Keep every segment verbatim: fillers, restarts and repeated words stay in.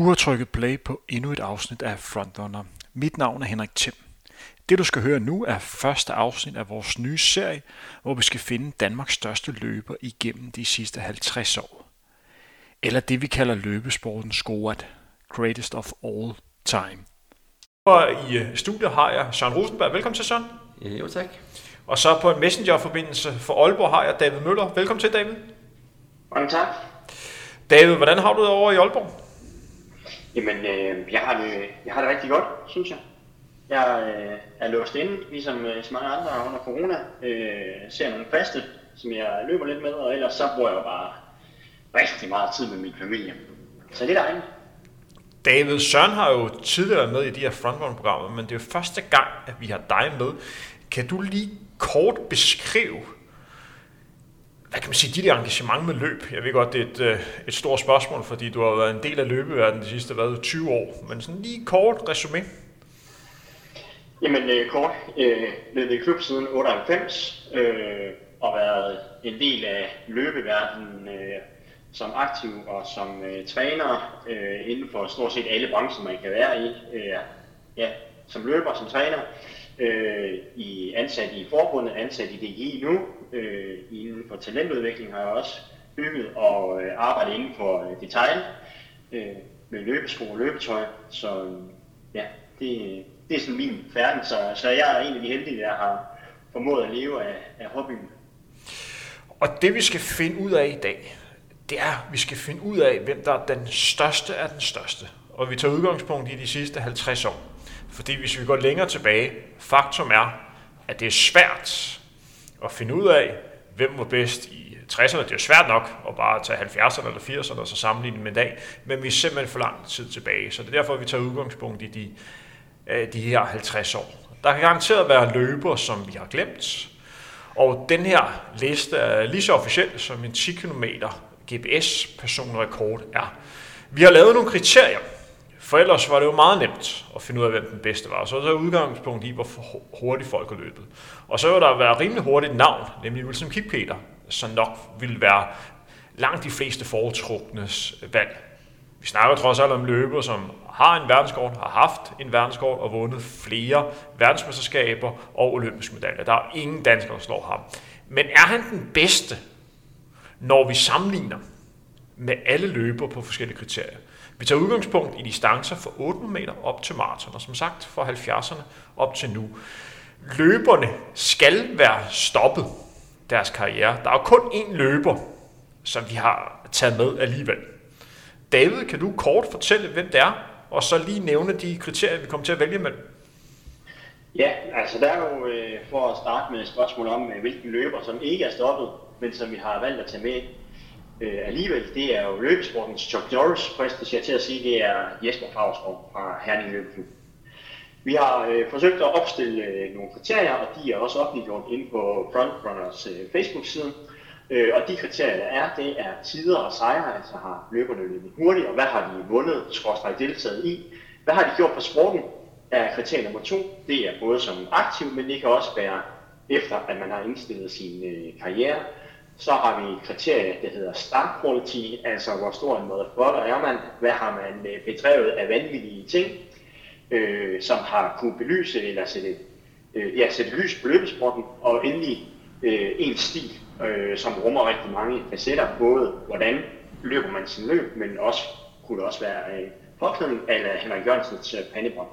Du har trykket play på endnu et afsnit af Frontrunner. Mit navn er Henrik Thiem. Det du skal høre nu er første afsnit af vores nye serie, hvor vi skal finde Danmarks største løber igennem de sidste halvtreds år. Eller det vi kalder løbesporten scoret, greatest of all time. Og i studiet har jeg Søren Rosenberg. Velkommen til, Søren. Ja, jo, tak. Og så på en messengerforbindelse for Aalborg har jeg David Møller. Velkommen til, David. Mange tak. David, hvordan har du det over i Aalborg? Jamen, øh, jeg, har det, jeg har det rigtig godt, synes jeg. Jeg øh, er låst inde, ligesom øh, så mange andre under corona. Øh, ser nogle faste, som jeg løber lidt med, og ellers så bruger jeg bare rigtig meget tid med min familie. Så det er dejligt. David, Søren har jo tidligere været med i de her frontrunner-programmer, men det er jo første gang, at vi har dig med. Kan du lige kort beskrive, hvad kan man sige, dit engagement med løb? Jeg ved godt, det er et, et stort spørgsmål, fordi du har været en del af løbeverdenen de sidste hvad, tyve år, men sådan lige kort resumé. Jamen øh, kort, øh, løbet i klub siden otteoghalvfems, øh, og været en del af løbeverdenen øh, som aktiv og som øh, træner øh, inden for stort set alle brancher, man kan være i. Øh, ja, som løber, som træner, øh, i ansat i forbundet, ansat i D G I nu. Øh, inden for talentudvikling har jeg også bygget og øh, arbejdet inden for øh, detail øh, med løbesko og løbetøj. Så øh, ja, det, det er sådan min færden. Så, så jeg er en af de heldige, der har formået at leve af, af hobbyen. Og det vi skal finde ud af i dag, det er, at vi skal finde ud af, hvem der er den største af den største. Og vi tager udgangspunkt i de sidste halvtreds år. Fordi hvis vi går længere tilbage, faktum er, at det er svært at finde ud af, hvem var bedst i tresserne. Det er jo svært nok at bare tage halvfjerdserne eller firserne og så sammenligne med i dag, men vi er simpelthen for lang tid tilbage. Så det er derfor, at vi tager udgangspunkt i de, de her halvtreds år. Der kan garanteret være løbere, som vi har glemt. Og den her liste er lige så officiel som en ti kilometer G P S personrekord er. Vi har lavet nogle kriterier, for ellers var det jo meget nemt at finde ud af, hvem den bedste var. Så er der udgangspunkt i, hvor hurtigt folk har løbet. Og så vil der være rimelig hurtigt navn, nemlig Wilson Kipketer, som nok vil være langt de fleste foretruknes valg. Vi snakker trods alt om løbere, som har en verdenskort, har haft en verdenskort og vundet flere verdensmesterskaber og olympiske medaljer. Der er ingen danskere, der slår ham. Men er han den bedste, når vi sammenligner med alle løbere på forskellige kriterier? Vi tager udgangspunkt i distancer fra otte hundrede meter op til maraton, og som sagt fra halvfjerdserne op til nu. Løberne skal være stoppet deres karriere. Der er jo kun én løber, som vi har taget med alligevel. David, kan du kort fortælle, hvem det er, og så lige nævne de kriterier, vi kommer til at vælge mellem? Ja, altså der er jo, øh, for at starte med et spørgsmål om, hvilken løber, som ikke er stoppet, men som vi har valgt at tage med øh, alligevel, det er jo løbesportens Chuck Norris, fristes jeg til at sige, det er Jesper Favrskov fra Herning Løbeklub. Vi har øh, forsøgt at opstille øh, nogle kriterier, og de er også offentliggjort inde på Frontrunners øh, Facebook-side. Øh, og de kriterier, der er, det er tider og sejre, altså har løberne løbet hurtigt, og hvad har de vundet, skråstreg deltaget i. Hvad har de gjort på sporten, er kriterie nummer to. Det er både som aktiv, men det kan også være efter, at man har indstillet sin øh, karriere. Så har vi et kriterie, der hedder start quality, altså hvor stor en motherfucker er man, hvad har man øh, bedrevet af vanvittige ting, øh, som har kunne belyse eller sætte, øh, ja, sætte lys på løbesporten, og endelig øh, en stil, øh, som rummer rigtig mange facetter, både hvordan løber man sin løb, men også kunne det også være øh, påklædning eller Henrik Jørgensens øh, pandebånd.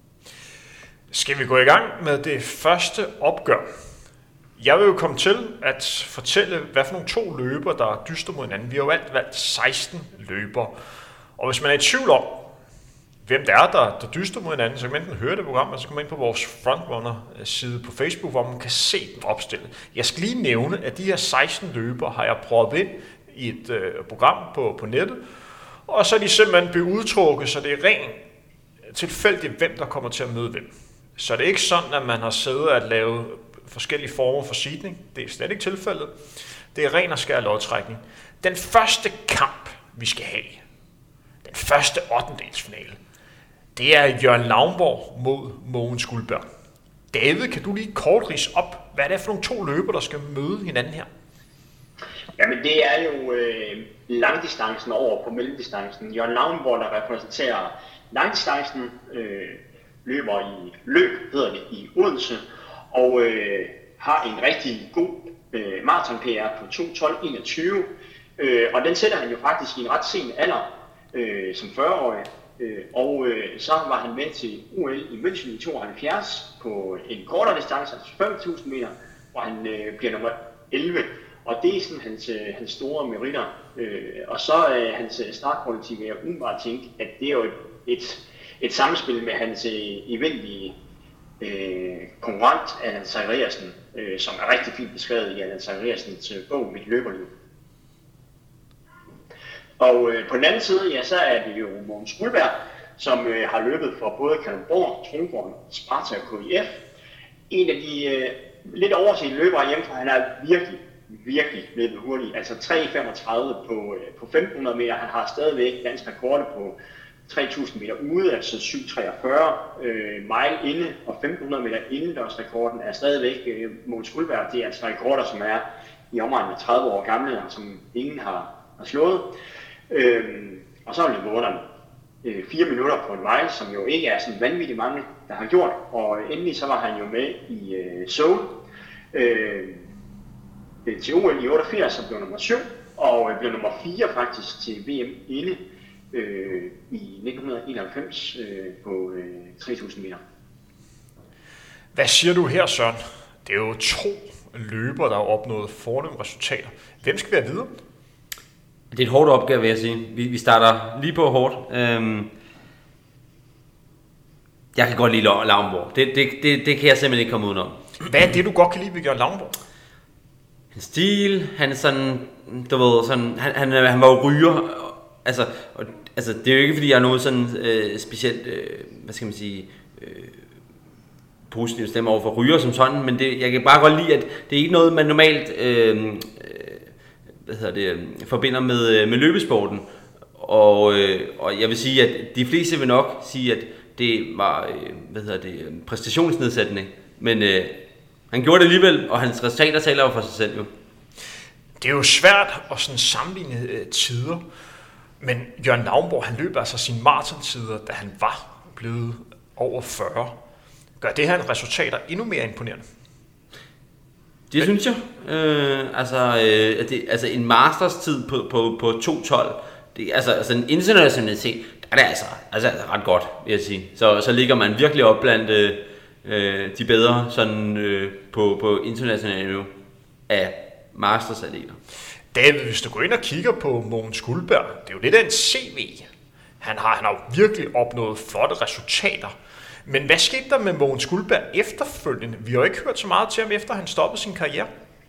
Skal vi gå i gang med det første opgør? Jeg vil jo komme til at fortælle, hvad for nogle to løber, der dyster mod hinanden. Vi har jo alt valgt seksten løber. Og hvis man er i tvivl om, hvem det er, der, der dyster mod hinanden, så kan man enten høre det program, eller så kan man ind på vores Frontrunner-side på Facebook, hvor man kan se dem opstillet. Jeg skal lige nævne, at de her seksten løber har jeg prøvet ind i et øh, program på, på nettet, og så er de simpelthen blevet udtrukket, så det er rent tilfældigt, hvem der kommer til at møde hvem. Så det er ikke sådan, at man har siddet at lave forskellige former for seedning. Det er slet ikke tilfældet. Det er ren og skær lodtrækning. Den første kamp, vi skal have, den første ottendedelsfinale, det er Jørgen Lavnborg mod Mogens Guldberg. David, kan du lige kort ridse op, hvad det er for nogle to løber, der skal møde hinanden her? Jamen det er jo øh, langdistancen over på mellemdistancen. Jørgen Lavnborg, der repræsenterer langdistancen, øh, løber i løb, hedder det, i Odense, og øh, har en rigtig god øh, maraton P R på to tolv enogtyve, øh, og den sætter han jo faktisk i en ret sen alder, øh, som fyrre-årig, øh, og øh, så var han med til U L i München i tooghalvfjerds på en kortere distance, altså fem tusind meter, hvor han øh, bliver nummer elleve. Og det er sådan hans, hans store meritter. Øh, og så er øh, hans startpolitik, jeg umiddelbart tænke, at det er jo et, et, et samspil med hans eventlige øh, konkurrent, Allan Zachariasen, øh, som er rigtig fint beskrevet i Allan Zachariasens bog, Mit løberliv. Og øh, på den anden side, ja, så er det jo Mogens Guldberg, som øh, har løbet for både Kalundborg, Tromborg, Sparta og K I F. En af de øh, lidt overset løbere hjemme, for han er virkelig virkelig løbet hurtigt, altså tre femogtredive på, på femten hundrede meter. Han har stadigvæk dansk rekord på tre tusind meter ude, altså syv treogfyrre øh, mile inde, og femten hundrede meter indendørsrekorden er stadigvæk øh, Mogens Guldberg. Det er altså rekorder, som er i omegnen af tredive år gamle, og som ingen har, har slået. Øh, og så har løbet under øh, fire minutter på en mile, som jo ikke er sådan vanvittigt mange, der har gjort. Og endelig så var han jo med i øh, Seoul. Øh, til O L i otteogfirs, som blev nummer syv, og blev nummer fire faktisk til V M inde øh, i nitten enoghalvfems øh, på øh, tre tusind meter. Hvad siger du her, Søren? Det er jo to løbere, der har opnået fornemme resultater. Hvem skal være videre? Det er et hårdt opgave, vil jeg sige. Vi, vi starter lige på hårdt. Øhm jeg kan godt lide Lavnborg. Det, det, det, det kan jeg simpelthen ikke komme udenom. Hvad er det, du godt kan lide ved Jørgen Lavnborg? Hans stil, han er sådan, du ved, sådan, han, han, han var jo ryger, altså, og, altså, det er jo ikke fordi, jeg er noget sådan øh, specielt, øh, hvad skal man sige, øh, positivt stemme over for ryger som sådan, men det, jeg kan bare godt lide, at det er ikke noget, man normalt, øh, øh, hvad hedder det, forbinder med, med løbesporten, og, øh, og jeg vil sige, at de fleste vil nok sige, at det var, øh, hvad hedder det, præstationsnedsættende, men øh, han gjorde det alligevel, og hans resultater taler jo for sig selv jo. Det er jo svært at sådan sammenligne øh, tider, men Jørgen Lavnborg, han løb altså sine maratontider, da han var blevet over fyrre. Gør det her resultater endnu mere imponerende? Det men, synes jeg. Øh, altså, øh, det, altså en masterstid på, på, på to tolv, det, altså, altså en internationalitet, der er det altså, altså ret godt, vil jeg sige. Så, så ligger man virkelig op blandt øh, de bedre sådan, øh, på, på internationale niveau af mastersatleter. David, hvis du går ind og kigger på Mogens Guldberg, det er jo lidt af en C V. Han har, han har jo virkelig opnået flotte resultater. Men hvad skete der med Mogens Guldberg efterfølgende? Vi har jo ikke hørt så meget til ham, efter han stoppede sin karriere.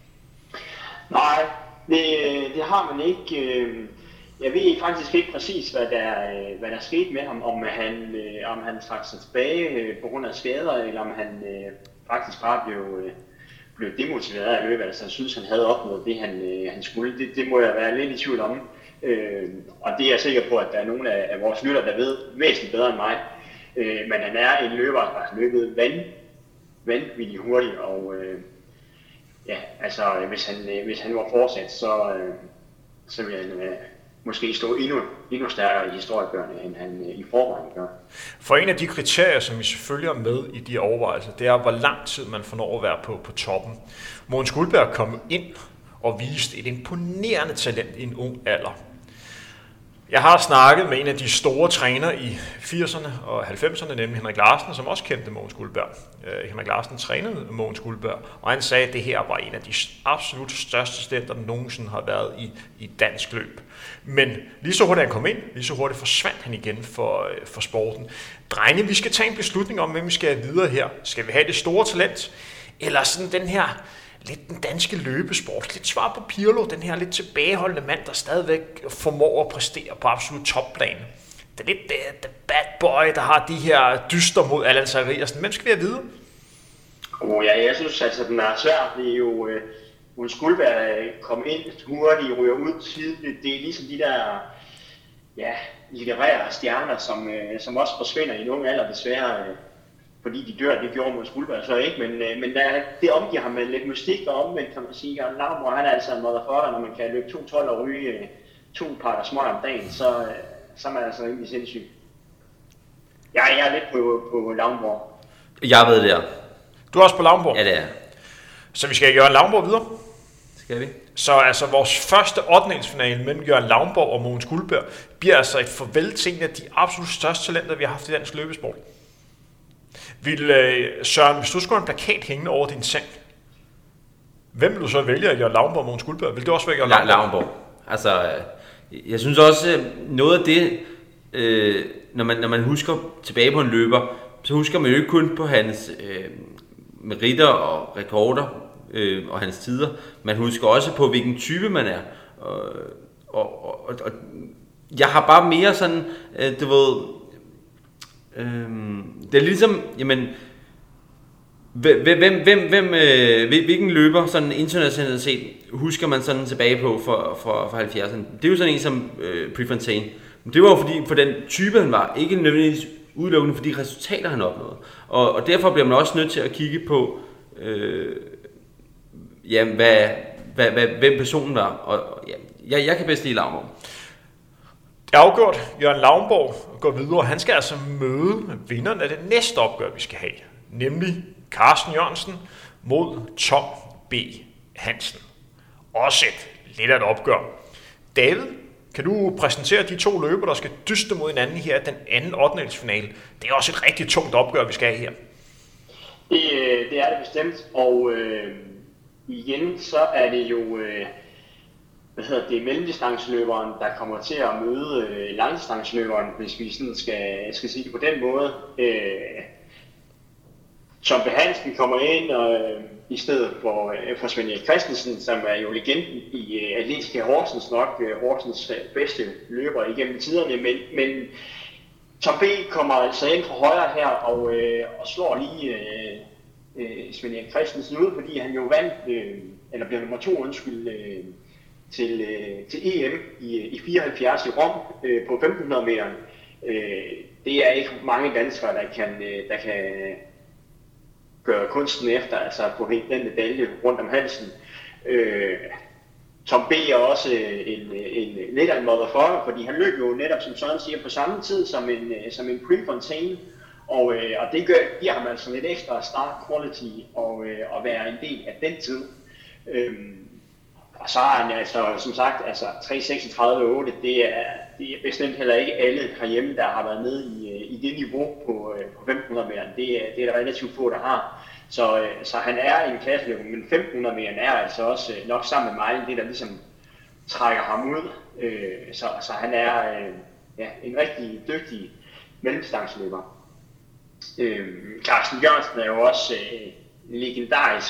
Nej, det, det har man ikke. Jeg ved faktisk ikke præcis, hvad der, hvad der skete med ham, om han, om han trak sig tilbage på grund af skader, eller om han faktisk bare blev, blev demotiveret af løbet. Altså han synes, han havde opnået det, han, han skulle. Det, det må jeg være lidt i tvivl om. Og det er jeg sikker på, at der er nogle af vores lyttere, der ved væsentligt bedre end mig. Men han er en løber, der har løbet vand, vanvittigt hurtigt, og ja, altså hvis han, hvis han var fortsat, så, så ville han måske stå endnu, endnu stærkere i historiebøgerne, end han i forvejen gør. For en af de kriterier, som vi selvfølgelig er med i de overvejelser, det er, hvor lang tid man får lov at være på, på toppen. Mogens Guldberg kom ind og viste et imponerende talent i en ung alder. Jeg har snakket med en af de store trænere i firserne og halvfemserne, nemlig Henrik Larsen, som også kendte Mogens Guldberg. Uh, Henrik Larsen trænede Mogens Guldberg, og han sagde, at det her var en af de absolut største stænder, der nogensinde har været i, i dansk løb. Men lige så hurtigt han kom ind, lige så hurtigt forsvandt han igen for, for sporten. Drenge, vi skal tage en beslutning om, hvem vi skal videre her. Skal vi have det store talent, eller sådan den her lidt den danske løbesport, lidt svar på Pirlo, den her lidt tilbageholdende mand, der stadigvæk formår at præstere på absolut topplan. Det er lidt the, the bad boy, der har de her dyster mod Allan Zachariasen. Hvem skal vi have videre? Oh, ja, jeg synes altså, den er svær. Det er jo, øh, hun skulle være komme ind hurtigt, ryger ud tidligt. Det er ligesom de der ja, litterære stjerner, som, øh, som også forsvinder i en ung alder, desværre. Øh, fordi de dør, det gjorde mod Skuldberg så ikke, men, øh, men der, det omgiver ham med lidt mystik, og omvendt kan man sige, at Laumborg, han er altså en motherfucker, når man kan løbe to tolv og ryge øh, to par der smøger om dagen, så, øh, så er man altså rimelig sindssyg. Ja, jeg er lidt på, på Laumborg. Jeg ved det, ja. Du er også på Laumborg? Ja, det er. Så vi skal Jørgen Laumborg videre? Skal vi? Så altså vores første ottendedelsfinale mellem Jørgen Laumborg og Mogens Guldberg bliver altså et farvel til en af de absolut største talenter, vi har haft i dansk løbesport. Vil øh, Søren, hvis du skulle have en plakat hængende over din seng, hvem vil du så vælge af Jørgen Laumborg og Mogens Guldberg? Vil det også være Jørgen La- Laumborg? Laumborg. Altså, jeg synes også, noget af det, øh, når, man, når man husker tilbage på en løber, så husker man jo ikke kun på hans øh, meritter og rekorder øh, og hans tider. Man husker også på, hvilken type man er. Og, og, og, og jeg har bare mere sådan, øh, du ved, øh, det er ligesom, jamen, hvem, hvem, hvem, øh, hvilken løber sådan internationalt set husker man sådan tilbage på for, for, for halvfjerdserne? Det er jo sådan en som øh, Prefontaine. Det var jo fordi, for den type han var, ikke nødvendigvis udelukkende for de resultater han opnåede. Og, og derfor bliver man også nødt til at kigge på, øh, ja, hvad, hvad, hvad, hvem personen var. Og, og ja, jeg, jeg kan bedst lide Laumborg. Det er afgjort. Jørgen Laumborg går videre. Han skal altså møde vinderen af det næste opgør, vi skal have. Nemlig Carsten Jørgensen mod Tom B. Hansen. Også et lidt af et opgør. David, kan du præsentere de to løber, der skal dyste mod hinanden her, den anden ottendedelsfinale? Det er også et rigtig tungt opgør, vi skal have her. Det, det er det bestemt, og øh, igen så er det jo øh, hvad hedder det, mellemdistanceløberen, der kommer til at møde øh, langdistanceløberen, hvis vi sådan skal, skal sige det på den måde. Øh, Tom B. Hansen kommer ind og, øh, i stedet for, øh, for Svend Erik Christensen, som er jo legenden i øh, Atletica Horsens, nok øh, Horsens øh, bedste løber igennem tiderne, men, men Tom B. kommer altså ind fra højre her og, øh, og slår lige øh, øh, Svend Erik Christensen ud, fordi han jo vandt, øh, eller blev nummer to, undskyld, øh, til, øh, til E M i, i fireoghalvfjerds i Rom øh, på femten hundrede meter. Øh, det er ikke mange danskere, der kan, øh, der kan gøre kunsten efter, altså på den medalje rundt om halsen. Øh, Tom B. er også en, en, lidt af en motherfucker, fordi han løb jo netop, som Søren siger, på samme tid som en, som en Prefontaine, og, og det gør, giver ham altså lidt ekstra start quality og, og være en del af den tid. Øhm, og så er han altså, som sagt, altså tre seksogtredive otte, det er, det er bestemt heller ikke alle herhjemme, der har været nede i, i det niveau på, på femten hundrede meter. Det, det er der relativt få, der har. Så, så han er en klasseløber, men femten hundrede meter er altså også nok sammen med mig, det der ligesom trækker ham ud. Så, så han er ja, en rigtig dygtig mellemdistanceløber. Carsten Jørgensen er jo også legendarisk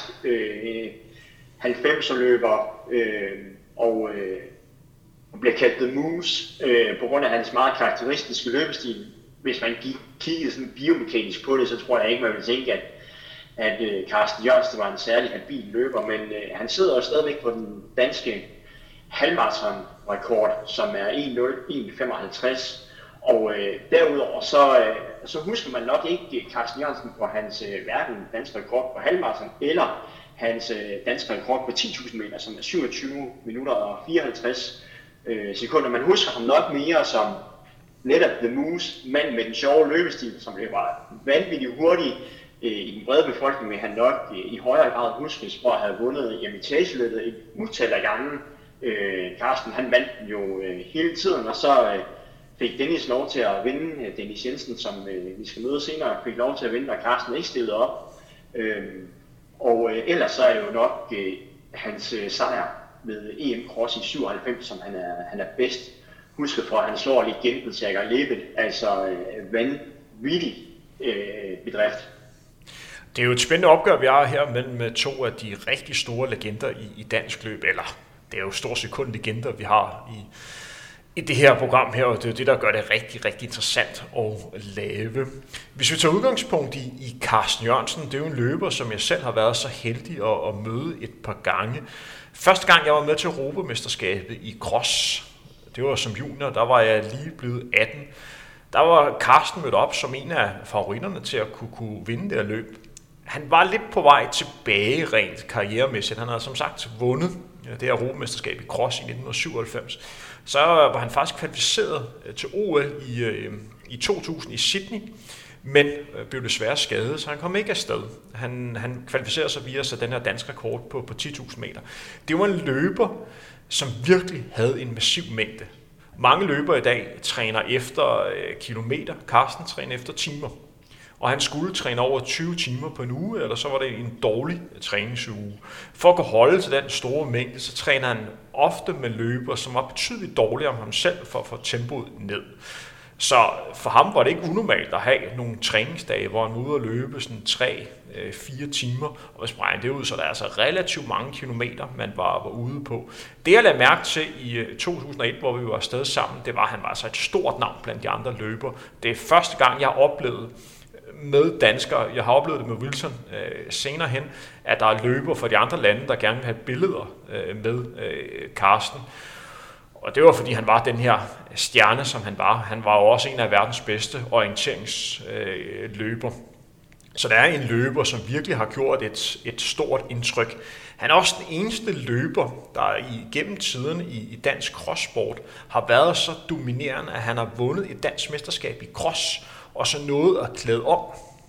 halvfemser-løber og, og bliver kaldt The Moose på grund af hans meget karakteristiske løbestil. Hvis man kiggede sådan biomekanisk på det, så tror jeg ikke, man ville tænke, at at øh, Carsten Jørgensen var en særlig habil løber, men øh, han sidder jo stadigvæk på den danske halvmarathon-rekord, som er en nul en femoghalvtreds, og øh, derudover så, øh, så husker man nok ikke Carsten Jørgensen på hans øh, hverken danske rekord på halvmarathon, eller hans øh, danske rekord på ti tusind meter, som er syvogtyve minutter og fireoghalvtreds øh, sekunder. Man husker ham nok mere som netop The Moose, mand med den sjove løbestil, som løber vanvittigt hurtigt. I den brede befolkning vil han nok i højere grad huskes for at have vundet Hermitage-løbet et utal af gange. Øh, Carsten han vandt jo øh, hele tiden, og så øh, fik Dennis lov til at vinde. Dennis Jensen, som øh, vi skal møde senere, fik lov til at vinde, og Carsten ikke stillede op. Øh, og øh, ellers så er det jo nok øh, hans øh, sejr ved E M Cross i syvoghalvfems, som han er, han er bedst husket for. Han slår legenden Sergej Lebed, altså øh, vanvittig øh, bedrift. Det er jo et spændende opgør, vi har her mellem to af de rigtig store legender i, i dansk løb, eller det er jo stort set kun legender, vi har i, i det her program her, og det er jo det, der gør det rigtig, rigtig interessant at lave. Hvis vi tager udgangspunkt i, i Carsten Jørgensen, det er jo en løber, som jeg selv har været så heldig at, at møde et par gange. Første gang, jeg var med til Europamesterskabet i cross, det var som junior, der var jeg lige blevet atten. der var Carsten mødt op som en af favoritterne til at kunne, kunne vinde det her løb. Han var lidt på vej tilbage rent karrieremæssigt. Han havde som sagt vundet det her europamesterskab i cross i nitten syvoghalvfems. Så var han faktisk kvalificeret til O L i, i to tusind i Sydney, men blev desværre skadet, så han kom ikke afsted. Han, han kvalificerede sig via så den her dansk rekord på, på ti tusind meter. Det var en løber, som virkelig havde en massiv mængde. Mange løbere i dag træner efter kilometer. Carsten træner efter timer. Og han skulle træne over tyve timer på en uge, eller så var det en dårlig træningsuge. For at kunne holde til den store mængde, så træner han ofte med løbere, som var betydeligt dårligere om ham selv for at få tempoet ned. Så for ham var det ikke unormalt at have nogle træningsdage, hvor han var ude at løbe sådan tre til fire timer, og hvis man regner det ud, så er der altså relativt mange kilometer, man var, var ude på. Det jeg lagde mærke til i to tusind og et, hvor vi var afsted sammen, det var, at han var altså et stort navn blandt de andre løbere. Det er første gang, jeg har oplevet med danskere, jeg har oplevet det med Wilson øh, senere hen, at der er løbere fra de andre lande, der gerne vil have billeder øh, med øh, Carsten. Og det var, fordi han var den her stjerne, som han var. Han var jo også en af verdens bedste orienteringsløber. Så der er en løber, som virkelig har gjort et, et stort indtryk. Han er også den eneste løber, der igennem tiderne i, i dansk crosssport har været så dominerende, at han har vundet et dansk mesterskab i cross, og så nåede at klæde om,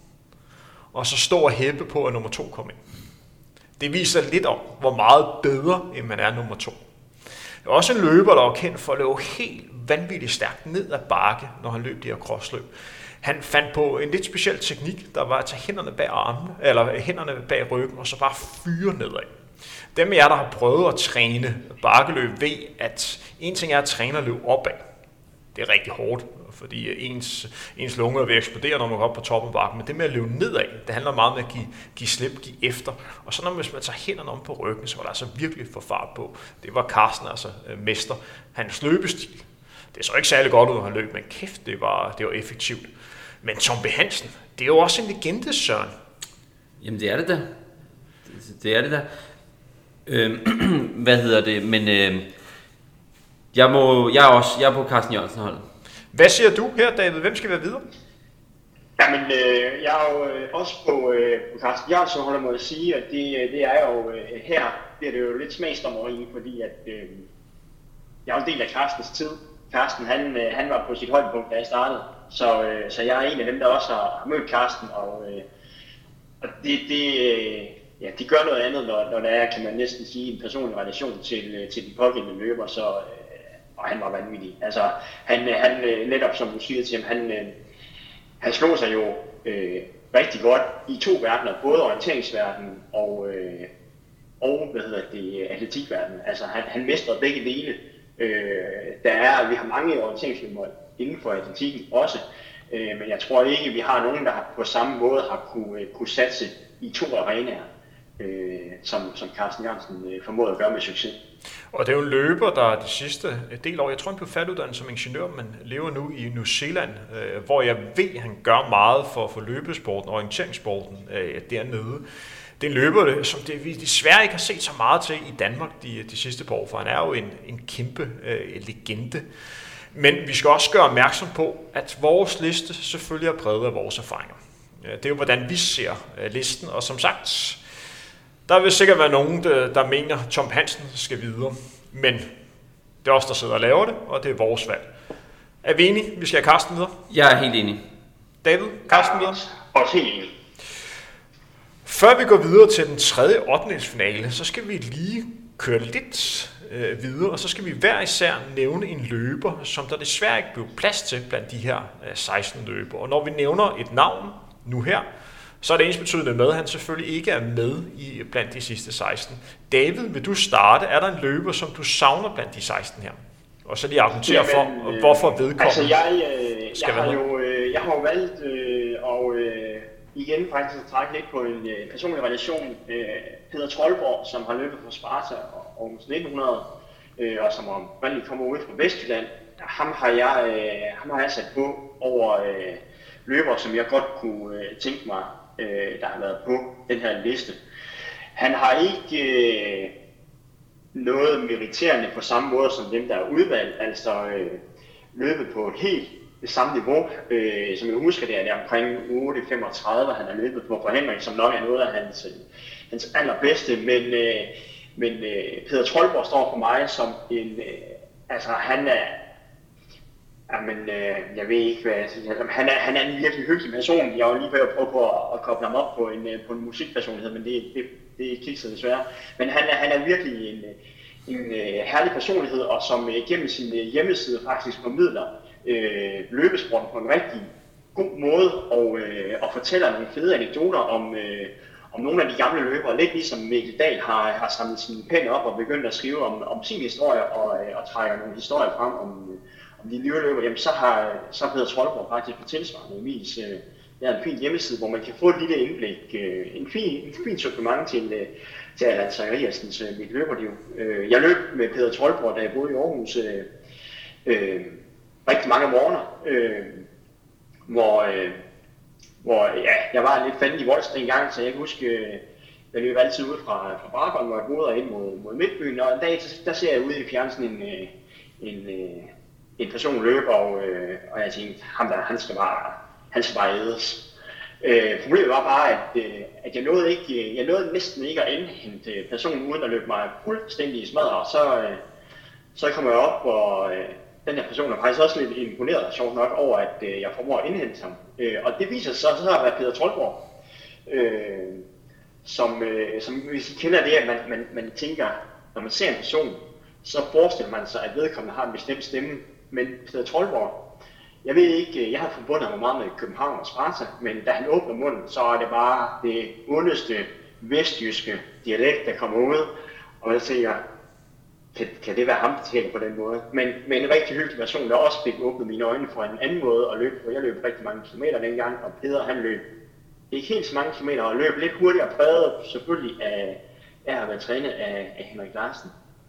og så stå og hæppe på, at nummer to kom ind. Det viser lidt om, hvor meget bedre, end man er nummer to. Der er også en løber, der var kendt for at løbe helt vanvittigt stærkt ned ad bakke, når han løb de her crossløb. Han fandt på en lidt speciel teknik, der var at tage hænderne bag armene, eller hænderne bag ryggen, og så bare fyre nedad. Dem af jer, der har prøvet at træne bakkeløb, ved, at en ting er at træne og løbe opad. Det er rigtig hårdt, fordi ens, ens lunger vil eksplodere, når man går op på toppen af bakken. Men det med at løbe nedad, det handler meget om at give, give slip, give efter. Og så når man, hvis man tager hænderne om på ryggen, så var der altså virkelig få fart på. Det var Carsten, altså øh, mester. Hans løbestil, det så ikke særlig godt ud, når han løb, men kæft, det var, det var effektivt. Men Tom B. Hansen, det er jo også en legende, Søren. Jamen det er det da. Det er det da. Øh, hvad hedder det? Men øh, jeg, må, jeg, er også, jeg er på Carsten Jørgensen holdet. Hvad siger du her, David? Hvem skal være videre? Jamen, øh, jeg er jo øh, også på, øh, på Carsten Jørgensen holder, må jeg sige, at det, det er jo øh, her, det er det jo lidt smagsdommer i, fordi at øh, jeg er en del af Carstens tid. Carsten, han, øh, han var på sit højdepunkt, da jeg startede, så, øh, så jeg er en af dem, der også har mødt Carsten, og, øh, og det, det, øh, ja, de gør noget andet, når, når der er, kan man næsten sige, en personlig relation til, til de pågældende løber, så øh, og han var vanvittig. Altså, han, han netop som du siger til ham, han, han slog sig jo øh, rigtig godt i to verdener, både orienteringsverdenen og, øh, og hvad hedder det, atletikverdenen. Altså, han, han mestrede begge dele. Øh, der er, vi har mange orienteringsløbere inden for atletikken også, øh, men jeg tror ikke, vi har nogen, der på samme måde har kunne, kunne satse i to arenaer, øh, som, som Carsten Jørgensen øh, formåede at gøre med succes. Og det er jo en løber, der de sidste del år, jeg tror han blev færdiguddannet som ingeniør, men lever nu i New Zealand, øh, hvor jeg ved, at han gør meget for, for løbesporten og orienteringssporten øh, dernede. Det er en løber, som det, vi desværre ikke har set så meget til i Danmark de, de sidste par år, for han er jo en, en kæmpe øh, legende. Men vi skal også gøre opmærksom på, at vores liste selvfølgelig er præget af vores erfaringer. Det er jo, hvordan vi ser øh, listen, og som sagt, der vil sikkert være nogen, der, der mener, at Tom Hansen skal videre. Men det er os, der sidder og laver det, og det er vores valg. Er vi enige? Vi skal have Carsten videre? Jeg er helt enig. David, Carsten videre? Også helt enig. Før vi går videre til den tredje ottendedelsfinale, så skal vi lige køre lidt øh, videre, og så skal vi hver især nævne en løber, som der desværre ikke blev plads til blandt de her øh, seksten løber. Og når vi nævner et navn nu her, så er det ensbetydende med, at han selvfølgelig ikke er med i blandt de sidste seksten. David, vil du starte? Er der en løber, som du savner blandt de seksten her? Og så lige argumentere for, øh, hvorfor vedkommende altså jeg, øh, skal jeg være har med. jo, øh, jeg har jo valgt øh, og øh, igen faktisk at trække lidt på en øh, personlig relation. Øh, Peder Troldborg, som har løbet for Sparta og Aarhus nitten hundrede, øh, og som oprindeligt kommer ud fra Vestjylland. Ham har jeg, øh, ham har jeg sat på over øh, løbere, som jeg godt kunne øh, tænke mig, øh, der har været på den her liste. Han har ikke øh, noget meriterende på samme måde som dem, der er udvalgt, altså øh, løbet på et helt det samme niveau. Øh, som jeg husker, det er det omkring otte femogtredive, han har løbet på forhindring, som nok er noget af hans, hans allerbedste. Men, øh, men øh, Peder Troldborg står for mig som en, øh, altså han er, jamen, øh, jeg ved ikke hvad, altså, han, er, han er en virkelig hyggelig person. Jeg var lige ved at prøve på at, at koble ham op på en, på en musikpersonlighed, men det, det, det kiksede desværre. Men han er, han er virkelig en, en uh, herlig personlighed, og som uh, gennem sin uh, hjemmeside faktisk formidler uh, løbesporten på en rigtig god måde, og, uh, og fortæller nogle fede anekdoter om, uh, om nogle af de gamle løbere. Lidt ligesom Mikkel Dahl har, har samlet sine penge op og begyndt at skrive om, om sin historie, og, uh, og trækker nogle historier frem om, uh, om de nye løber. Jamen så har så Peder Troldborg faktisk på tilsvarende vis uh, det er en fin hjemmeside, hvor man kan få et lille indblik, uh, en fin, en fin supplement til uh, til Allan Zachariasens øh, mit løberliv. Øh, jeg løb med Peder Troldborg, da jeg boede i Aarhus, øh, øh, rigtig mange morgener, øh, hvor, øh, hvor ja, jeg var lidt fandt i Voldsted en gang, så jeg kan huske, øh, jeg løb altid ud fra, fra Bragon, hvor jeg boede og ind mod, mod Midtbyen, og en dag, der ser jeg ude i fjernelsen en, øh, en, øh, en person løber, og, øh, og jeg tænkte, ham der, han skal bare, han skal bare ædes. Øh, problemet var bare, at, øh, at jeg, nåede ikke, jeg nåede næsten ikke at indhente personen uden at løbe mig fuldstændig i smadret, og så, øh, så kom jeg op, og øh, den her person er faktisk også lidt imponeret, sjovt nok, over at øh, jeg formår at indhente ham. Øh, og det viser sig så, så har været Peder Troldborg, øh, som, øh, som hvis I kender det, at man, man, man tænker, når man ser en person, så forestiller man sig, at vedkommende har en bestemt stemme, men Peder Troldborg, jeg ved ikke, jeg har forbundet mig meget med København og Sparta, men da han åbner munden, så er det bare det ondeste vestjyske dialekt, der kommer ud. Og jeg tænker, kan, kan det være ham, der taler på den måde? Men, men en rigtig hyggelig version, der også fik åbnet mine øjne for en anden måde at løbe på. Jeg løb rigtig mange kilometer dengang, og Peder han løb ikke helt så mange kilometer, og løb lidt hurtigere, præget selvfølgelig af, af at være trænet af, af Henrik Larsen.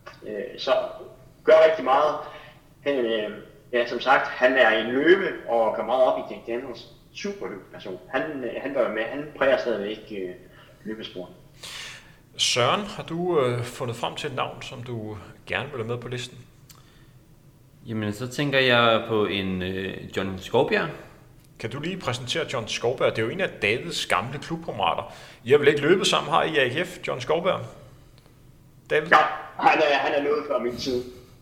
Så gør rigtig meget. Han, Ja, som sagt, han er en løbe og går meget op i Jack Daniels. Super hyggelig person. Han, han var med, han præger stadigvæk øh, løbesporen. Søren, har du øh, fundet frem til et navn, som du gerne vil have med på listen? Jamen, så tænker jeg på en øh, John Skovbjerg. Kan du lige præsentere John Skovbjerg? Det er jo en af Davids gamle klubkammerater. I har vel ikke løbet sammen her i A G F, John Skovbjerg? David? Ja, han er, han er noget før min tid.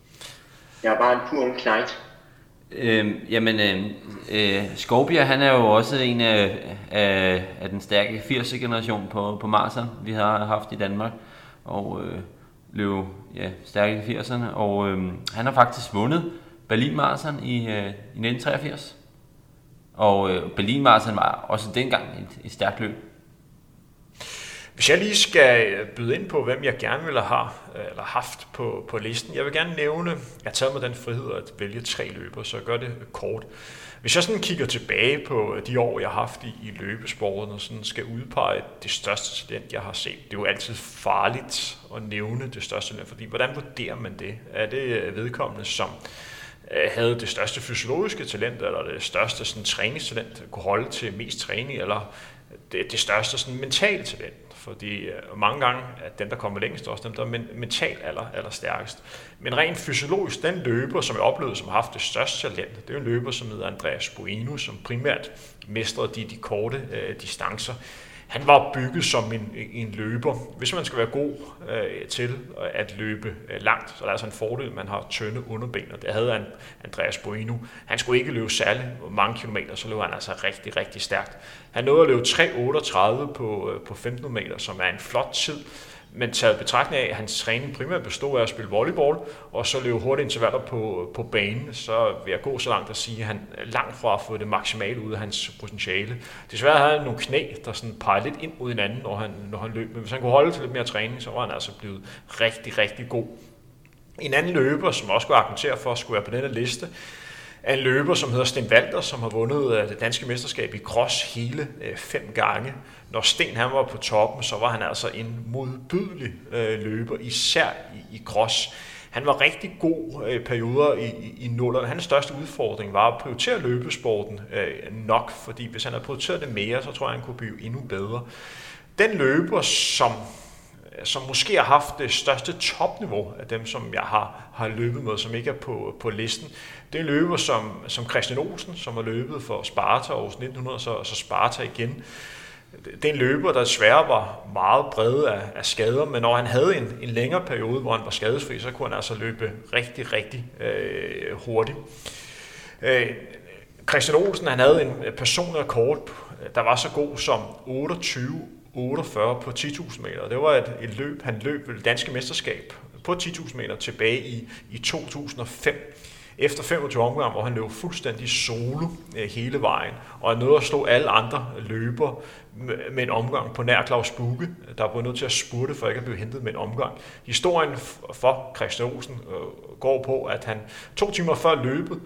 Jeg er bare en pur ung knægt. Øhm, jamen, øh, øh, Skovbjerg, han er jo også en af, af, af den stærke firserne generation på, på maraton, vi har haft i Danmark, og øh, løb ja, stærke i firserne, og øh, han har faktisk vundet Berlin Marathon i, øh, i nitten treogfirs, og øh, Berlin Marathon var også dengang et, et stærkt løb. Hvis jeg lige skal byde ind på, hvem jeg gerne ville have eller haft på, på listen. Jeg vil gerne nævne, jeg har taget mig den frihed at vælge tre løbere, så jeg gør det kort. Hvis jeg sådan kigger tilbage på de år, jeg har haft i, i løbesporten, og sådan skal udpege det største talent, jeg har set, det er jo altid farligt at nævne det største talent, fordi hvordan vurderer man det? Er det vedkommende, som havde det største fysiologiske talent, eller det største sådan, træningstalent, kunne holde til mest træning, eller det, det største sådan, mentale talent? Fordi mange gange er dem, der kommer længst, også dem, der er mentalt aller, aller stærkest. Men rent fysiologisk, den løber, som jeg oplevede, som har haft det største talent, det er jo en løber, som hedder Andreas Buino, som primært mestrede de, de korte øh, distancer. Han var bygget som en, en løber. Hvis man skal være god øh, til at løbe øh, langt, så er der altså en fordel, man har tynde underben, og det havde Andreas Buino. Han skulle ikke løbe særlig mange kilometer, så løb han altså rigtig, rigtig stærkt. Han nåede at løbe tre otteogtredive på, øh, på femten meter, som er en flot tid, men taget betragtning af, at hans træning primært bestod af at spille volleyball, og så løbe hurtige intervaller på, på banen, så vil jeg gå så langt at sige, at han langt fra at få det maksimale ud af hans potentiale. Desværre havde han nogle knæ, der sådan pegede lidt ind mod hinanden, når han, når han løb, men hvis han kunne holde til lidt mere træning, så var han altså blevet rigtig, rigtig god. En anden løber, som også kunne argumentere for at skulle være på denne liste, er en løber, som hedder Sten Walter, som har vundet det danske mesterskab i cross hele øh, fem gange. Når Sten han var på toppen, så var han altså en modbydelig øh, løber, især i, i cross. Han var rigtig god øh, perioder i, i, i nullerne. Hans største udfordring var at prioritere løbesporten øh, nok, fordi hvis han havde prioriteret det mere, så tror jeg, han kunne blive endnu bedre. Den løber, som som måske har haft det største topniveau af dem, som jeg har, har løbet med, som ikke er på, på listen. Det er en løber som, som Christian Olsen, som har løbet for Sparta Aarhus nitten hundrede, så, så Sparta igen. Det er en løber, der desværre var meget bred af, af skader, men når han havde en, en længere periode, hvor han var skadesfri, så kunne han altså løbe rigtig, rigtig øh, hurtigt. Øh, Christian Olsen, han havde en personlig rekord, der var så god som otteogtyve otteogfyrre på ti tusind meter. Det var et, et løb, han løb ved det danske mesterskab på ti tusind meter tilbage i, i to tusind og fem. Efter femogtyve omgange, hvor han løb fuldstændig solo øh, hele vejen, og er nødt at slå alle andre løber med, med en omgang på nær Claus Bugge, der var nødt til at spurte for ikke at blive hentet med en omgang. Historien for Christian Olsen øh, går på, at han to timer før løbet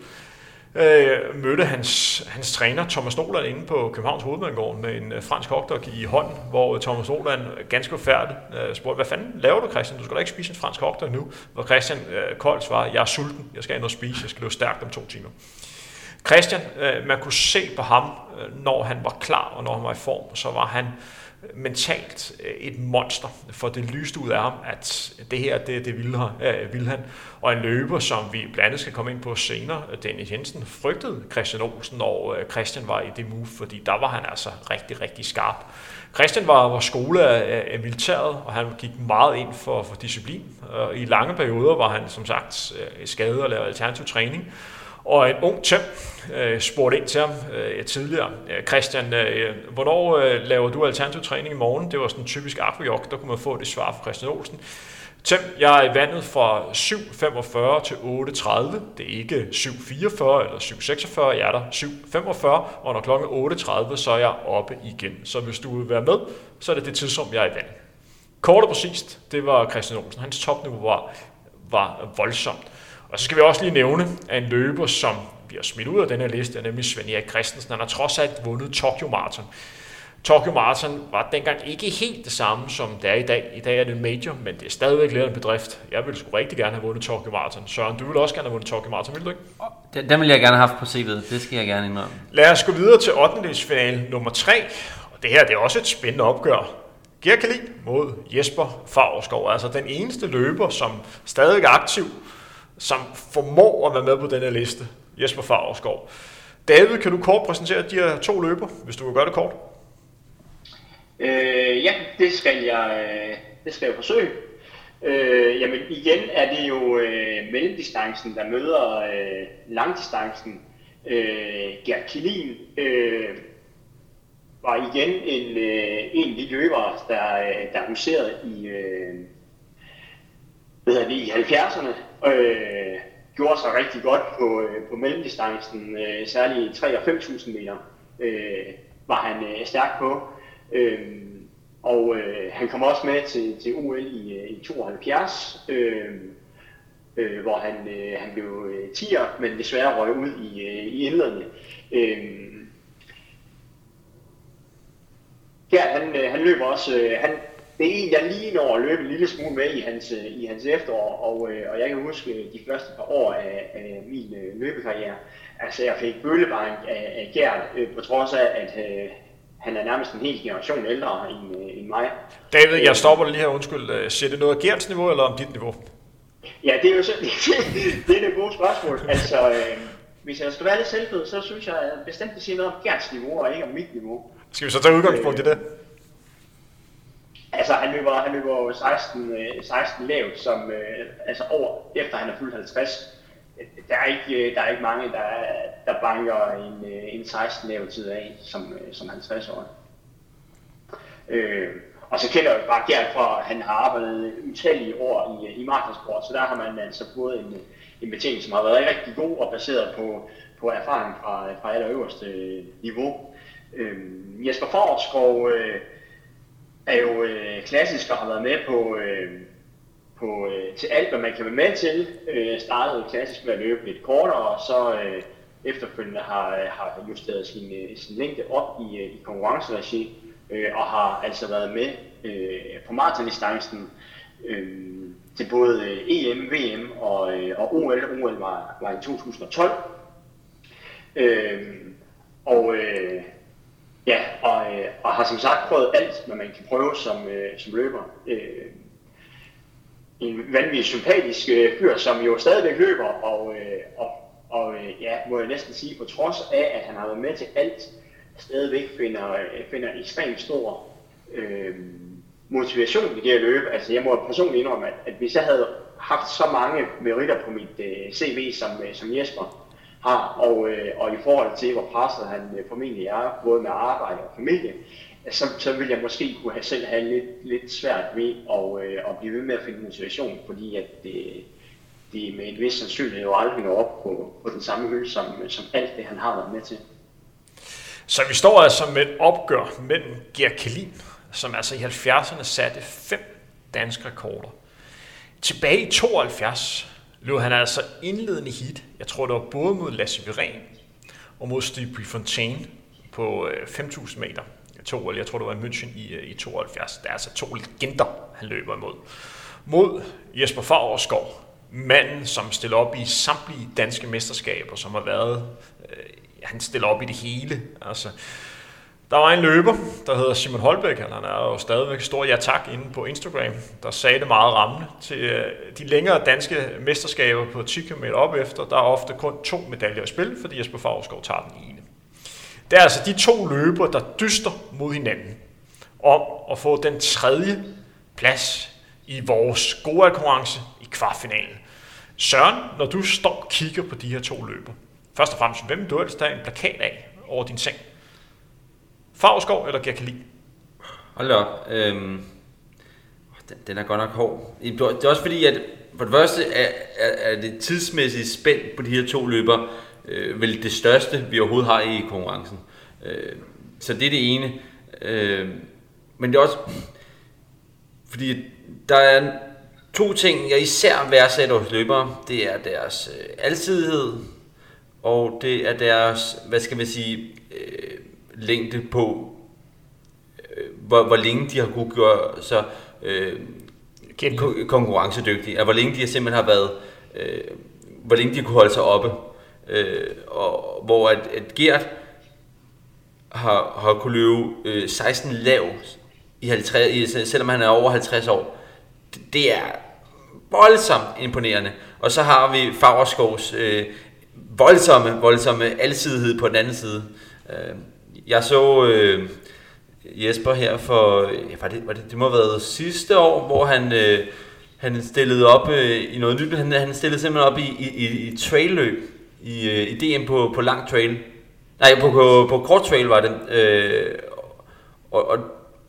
øh, mødte hans, hans træner Thomas Noland inde på Københavns Hovedbanegård med en øh, fransk hotdog i hånden, hvor Thomas Noland ganske færdig øh, spurgte, hvad fanden laver du, Christian? Du skal da ikke spise en fransk hotdog nu. Hvor Christian øh, koldt svarede, jeg er sulten, jeg skal ind og spise, jeg skal løbe stærkt om to timer. Christian, øh, man kunne se på ham, øh, når han var klar og når han var i form, så var han mentalt et monster, for det lyste ud af ham, at det her, det, det ville, øh, ville han. Og en løber, som vi blandt andet skal komme ind på senere, Dennis Jensen, frygtede Christian Olsen, når øh, Christian var i det move, fordi der var han altså rigtig, rigtig skarp. Christian var, var skole af, af militæret, og han gik meget ind for, for disciplin. Og i lange perioder var han som sagt skadet og lavede alternativ træning. Og en ung Tim øh, spurgte ind til ham øh, tidligere, Christian, øh, hvornår øh, laver du alternativ træning i morgen? Det var sådan en typisk aquajog, der kunne man få det svar fra Christian Olsen. Tim, jeg er i vandet fra syv femogfyrre til otte tredive. Det er ikke syv fireogfyrre eller syv seksogfyrre, jeg er der syv femogfyrre, og når klokken er otte tredive, så er jeg oppe igen. Så hvis du vil være med, så er det det tidsrum, jeg er i vandet. Kort og præcist, det var Christian Olsen. Hans topniveau var, var voldsomt. Og så skal vi også lige nævne, at en løber, som vi har smidt ud af denne liste, er nemlig Svend Erik Christensen. Han har trods alt vundet Tokyo Marathon. Tokyo Marathon var dengang ikke helt det samme, som det er i dag. I dag er det en major, men det er stadigvæk lidt en bedrift. Jeg ville sgu rigtig gerne have vundet Tokyo Marathon. Søren, du ville også gerne have vundet Tokyo Marathon, vil du ikke? Den, den ville jeg gerne have haft på C V'et. Det skal jeg gerne indrømme. Lad os gå videre til ottendedelsfinale nummer tre. Og det her det er også et spændende opgør. Gert Kjellin mod Jesper Favrskov. Altså den eneste løber, som stadig er aktiv, som formår at være med på denne liste, Jesper Favrskov. David, kan du kort præsentere de her to løber, hvis du vil gøre det kort? Øh, ja, det skal jeg, det skal jeg forsøge. Øh, jamen igen er det jo øh, mellemdistancen, der møder øh, langdistancen. Øh, Gert Kjellin øh, var igen en, øh, en af de løbere, der, der huserede i, øh, hvad hedder det, i halvfjerdserne. Øh, gjorde sig rigtig godt på, øh, på mellemdistancen, øh, særligt tre og fem tusind meter øh, var han øh, stærk på. Øh, og øh, han kom også med til, til O L i, i tooghalvfjerds, øh, øh, hvor han, øh, han blev øh, tier, men desværre røg ud i, øh, i indledende. Øh, Gert, han, øh, han løber også, øh, han, det er en, jeg lige når at løbe en lille smule med i hans, i hans efterår, og, øh, og jeg kan huske de første par år af, af min øh, løbekarriere. Altså jeg fik bøllebank af, af Gert, øh, på trods af, at øh, han er nærmest en hel generation ældre end, øh, end mig. David, jeg stopper lige her, undskyld. Siger det noget af Gerts niveau, eller om dit niveau? Ja, det er jo så, det, det er det gode spørgsmål. Altså, øh, hvis jeg skal være lidt selvfød, så synes jeg bestemt, det siger noget om Gerts niveau, og ikke om mit niveau. Skal vi så tage udgangspunkt øh, i det? Altså, han løber, han løber jo seksten, seksten lavt, som, øh, altså år efter han er fyldt halvtreds. Der er ikke, der er ikke mange, der, der banker en, en seksten lav tid af som, som halvtreds år. Øh, og så kender jeg bare Gert for, at han har arbejdet utallige år i, i markedssport, så der har man altså fået en, en betingelse, som har været rigtig god og baseret på, på erfaring fra, fra allerøverste niveau. Øh, Jesper Favrskov øh, er jo øh, klassisk og har været med på, øh, på øh, til alt, hvad man kan være med til. Øh, startede klassisk med at løbe lidt kortere, og så øh, efterfølgende har, har justeret sin, sin længde op i, i konkurrenceregi, øh, og har altså været med øh, på maratondistancen øh, til både E M, V M og, og O L. O L var, var i to tusind og tolv. Øh, og øh, Ja, og, øh, og har som sagt prøvet alt, hvad man kan prøve som, øh, som løber. Øh, en vanvittig sympatisk øh, fyr, som jo stadigvæk løber, og, øh, og, og øh, ja, må jeg næsten sige, på trods af, at han har været med til alt, stadigvæk finder, finder ekstremt stor øh, motivation i det her løb. Altså jeg må personligt indrømme, at, at hvis jeg havde haft så mange meritter på mit øh, C V, som, øh, som Jesper har, og, øh, og i forhold til, hvor presset han øh, formentlig er, både med arbejde og familie, så, så ville jeg måske kunne have selv have lidt, lidt svært ved at, øh, at blive ved med at finde motivation, fordi at det, det med et vist sandsynlighed jo aldrig når op på, på den samme hylde, som, som alt det, han har været med til. Så vi står altså med et opgør mellem Gert Kjellin, som altså i halvfjerdserne satte fem danske rekorder. Tilbage i tooghalvfjerds løb han altså indledende heat. Jeg tror, det var både mod Lasse Viren og mod Steve Prefontaine på fem tusind meter. To, jeg tror, det var i München i, i tooghalvfjerds. Der er altså to legender, han løber imod. Mod Jesper Favrskov, manden, som stiller op i samtlige danske mesterskaber, som har været... Øh, han stiller op i det hele. Altså, der var en løber, der hedder Simon Holbæk, han er jo stadigvæk stor ja tak inde på Instagram, der sagde det meget rammende til de længere danske mesterskaber på ti kilometer op efter. Der er ofte kun to medaljer at spille, fordi Jesper Favrskov tager den ene. Det er altså de to løbere, der dyster mod hinanden om at få den tredje plads i vores gode konkurrence i kvartfinalen. Søren, når du står og kigger på de her to løbere, først og fremmest, hvem du ellers der en plakat af over din seng? Favrskov eller Gert Kjellin? Hold op. Øhm, den, den er godt nok hård. Det er også fordi, at for det første er, er, er det tidsmæssigt spænd på de her to løbere øh, vel det største, vi overhovedet har i konkurrencen. Øh, så det er det ene. Øh, men det er også fordi, der er to ting, jeg især værdsætter hos løbere. Det er deres øh, alsidighed, og det er deres, hvad skal man sige, øh, længde på, øh, hvor, hvor længe de har kunne gøre sig øh, konkurrencedygtige, og hvor længe de simpelthen har været, øh, hvor længe de kunne holde sig oppe, øh, og hvor at, at Gert har, har kunne løbe øh, seksten lav i halvtreds, selvom han er over halvtreds år. Det, det er voldsomt imponerende. Og så har vi Favrskovs øh, voldsomme, voldsomme alsidighed på den anden side. Øh, Jeg så øh, Jesper her for, ja, var det, var det, det må have været sidste år, hvor han, øh, han stillede op øh, i noget nyt. Han, han stillede simpelthen op i, i, i trailløb, i, øh, i D M på, på lang trail. Nej, på, på, på kort trail var det. Øh, og, og,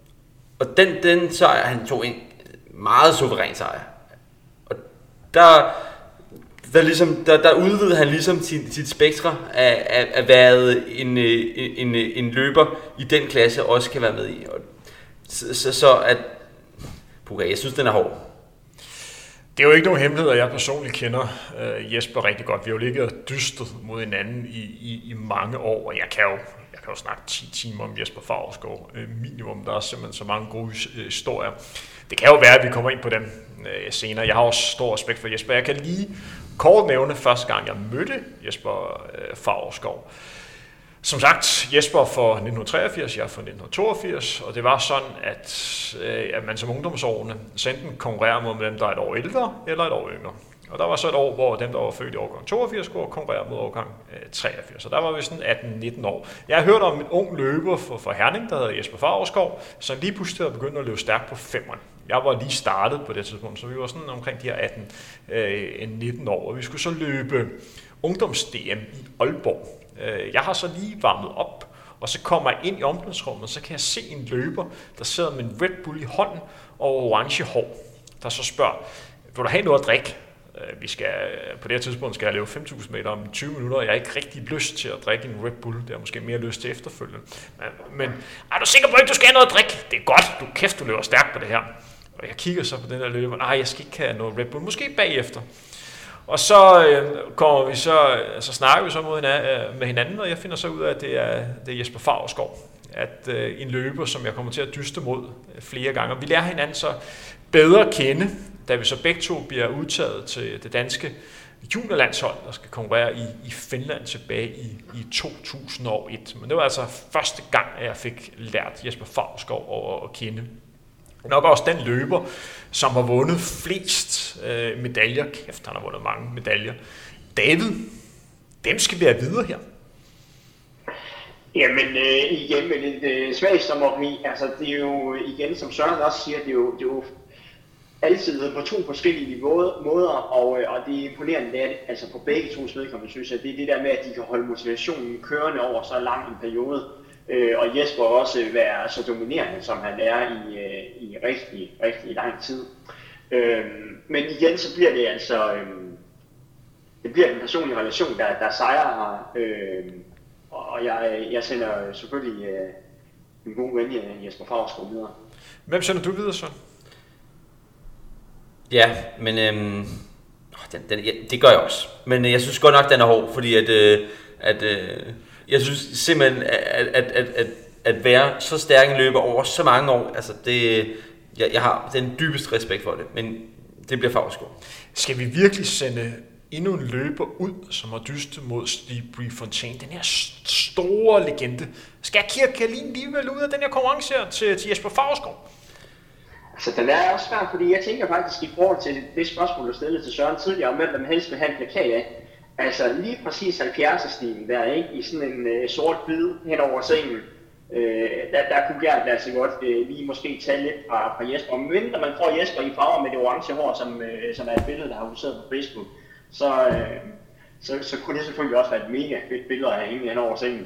og den, den sejr, han tog en meget suveræn sejr. Og der... Der, ligesom, der, der udvidede han ligesom sit, sit spektre af, af, af hvad en, en, en løber i den klasse også kan være med i. Og så, så, så at, puha, jeg synes, den er hård. Det er jo ikke nogen hemmelighed, at jeg personligt kender uh, Jesper rigtig godt. Vi har jo ligget og dystet mod hinanden i, i, i mange år, og jeg kan jo, jeg kan jo snakke ti timer om Jesper Favrskov uh, minimum. Der er simpelthen så mange gode uh, historier. Det kan jo være, at vi kommer ind på dem uh, senere. Jeg har også stor respekt for Jesper. Jeg kan lige kort nævne første gang, jeg mødte Jesper uh, Favrskov. Som sagt, Jesper for nitten treogfirs, jeg for nitten toogfirs, og det var sådan, at, øh, at man som ungdomsårene så enten konkurrerer mod dem, der er et år ældre eller et år yngre. Og der var så et år, hvor dem, der var født i årgang toogfirs, skulle konkurrere mod årgang øh, treogfirs. Så der var vi sådan atten nitten år. Jeg har hørt om en ung løber for, for Herning, der hedder Jesper Favrskov, som lige pludselig havde begyndt at løbe stærkt på femmeren. Jeg var lige startet på det tidspunkt, så vi var sådan omkring de her atten nitten år, og vi skulle så løbe ungdoms-D M i Aalborg. Jeg har så lige varmet op, og så kommer jeg ind i omklædningsrummet, og så kan jeg se en løber, der sidder med en Red Bull i hånden og orange hår, der så spørger, vil du have noget at drikke? Vi skal, på det her tidspunkt skal jeg løbe fem tusind meter om tyve minutter, og jeg har ikke rigtig lyst til at drikke en Red Bull. Det har jeg måske mere lyst til efterfølgende. Men er du sikker på, at du skal have noget at drikke? Det er godt, du kæft, du løber stærkt på det her. Og jeg kigger så på den der løber, nej, jeg skal ikke have noget Red Bull, måske bagefter. Og så øh, kommer vi så, så snakker vi så mod hinanden, med hinanden, og jeg finder så ud af, at det er, det er Jesper Favrskov. At øh, en løber, som jeg kommer til at dyste mod øh, flere gange. Og vi lærer hinanden så bedre at kende, da vi så begge to bliver udtaget til det danske juniorlandshold, der skal konkurrere i, i Finland tilbage i, i to tusind og et. Men det var altså første gang, at jeg fik lært Jesper Favrskov at, at kende. Nok også den løber, som har vundet flest øh, medaljer. Kæft, han har vundet mange medaljer. David, hvem skal vi have videre her? Jamen øh, igen med lidt øh, smagsdommeri, altså det er jo igen, som Søren også siger, det er jo, det er jo altid på to forskellige måder, og, og det er imponerende, det er, altså på begge tos vedkommende, synes jeg, det er det der med, at de kan holde motivationen kørende over så lang en periode, øh, og Jesper også være så dominerende, som han er i, øh, i rigtig, rigtig lang tid. Øh, men igen, så bliver det altså, øh, det bliver en personlig relation, der, der sejrer her, øh, og jeg, jeg sender selvfølgelig øh, min gode ven Jesper Favrskov videre. Hvem sender du videre, så? Ja, men øhm, den, den, ja, det gør jeg også. Men jeg synes godt nok, den er hård, fordi at, øh, at øh, jeg synes simpelthen, at, at, at, at, at være så stærk en løber over så mange år, altså det, jeg, jeg har den dybeste respekt for det, men det bliver Favrskov. Skal vi virkelig sende endnu en løber ud, som har dystet mod Steve Prefontaine, den her store legende? Skal Kirk Kjellin alligevel ud af den her konkurrence her til, til Jesper Favrskov? Så den er også svært, fordi jeg tænker faktisk i forhold til det spørgsmål, du stillede til Søren tidligere, om hvem der helst vil have en plakat af. Altså lige præcis halvfjerds-stilen der, ikke? I sådan en øh, sort bid hen over sengen. Øh, der, der kunne Gert altså godt øh, lige måske tage lidt fra, fra Jesper. Men mindre man får Jesper i farver med det orange hår, som, øh, som er et billede, der har huseret på Facebook, så, øh, så, så kunne det selvfølgelig også være et mega fedt billede at have hen over sengen.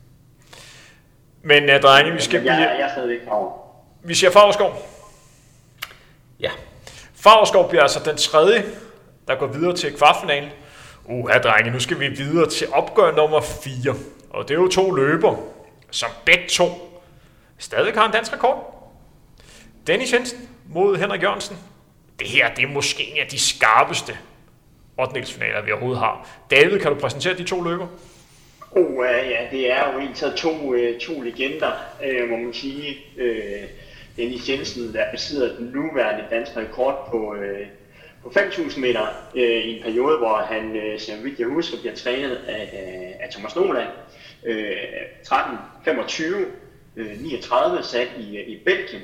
Men uh, drenge, vi skal blive... Jeg, jeg er stadigvæk farver. Vi siger Favrskov. Ja. Favrskov bliver altså den tredje, der går videre til kvartfinalen. Uha, drenge, nu skal vi videre til opgør nummer fire. Og det er jo to løber, som begge to stadig har en dansk rekord. Dennis Jensen mod Henrik Jørgensen. Det her, det er måske en af de skarpeste ottendedelsfinaler, vi overhovedet har. David, kan du præsentere de to løber? Oh, uh, ja, det er jo egentlig to, uh, to legender, uh, må man sige. Uh, Dennis Jensen, der besidder den nuværende danske rekord på, øh, på fem tusind meter øh, i en periode, hvor han, øh, så vidt jeg husker, bliver trænet af, af, af Thomas Noland. Øh, tretten femogtyve niogtredive sat i, i Belgien.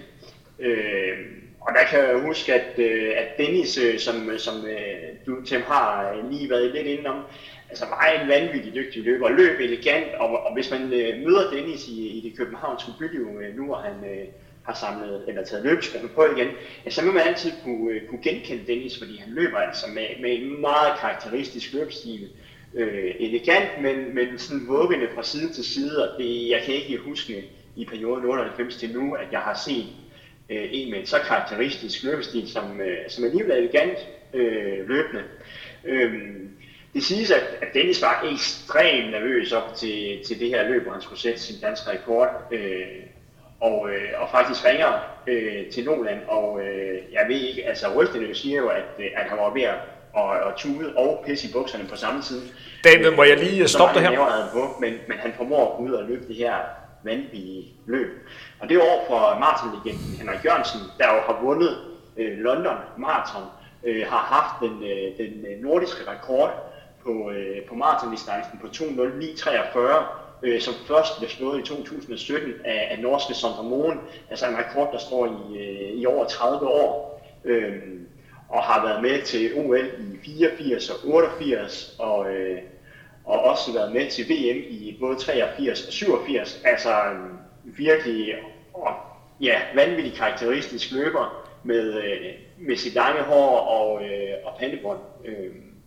Øh, og der kan jeg huske, at, øh, at Dennis, øh, som, som øh, du Tim har lige været lidt indenom, altså var en vanvittig dygtig løber, løb elegant, og, og hvis man øh, møder Dennis i, i det københavnske byliv øh, nu, hvor han øh, har samlet eller taget løbeskoene på igen, ja, så vil man altid kunne, kunne genkende Dennis, fordi han løber altså med, med en meget karakteristisk løbestil. Øh, elegant, men, men sådan vuggende fra side til side, og det, jeg kan ikke huske i perioden otteoghalvfems til nu, at jeg har set øh, en med en så karakteristisk løbestil, som, øh, som alligevel er elegant øh, løbende. Øh, det siges, at, at Dennis var ekstremt nervøs op til, til det her løb, hvor han skulle sætte sin danske rekord. Øh, Og, øh, og faktisk ringer øh, til Noland, og øh, jeg ved ikke, altså rygtene siger jo, at, at han var ved at og, og tude og pisse i bukserne på samme tid. David, må jeg lige stoppe dig her? På, men, men han formår at gå ud og løbe det her vanvittige løb. Og det er over for maratonlegenden Henrik Jørgensen, der jo har vundet øh, London Marathon, øh, har haft den, øh, den nordiske rekord på, øh, på maratondistancen på to nul ni treogfyrre, øh, som først blev slået i to tusind sytten af, af norske Sondre Moen, altså en rekord, der står i, øh, i over tredive år. Øh, og har været med til O L i fireogfirs og otteogfirs, og, øh, og også været med til V M i både treogfirs og syvogfirs. Altså en virkelig og, ja, vanvittig karakteristisk løber med, øh, med sit lange hår og, øh, og pandebånd. Øh,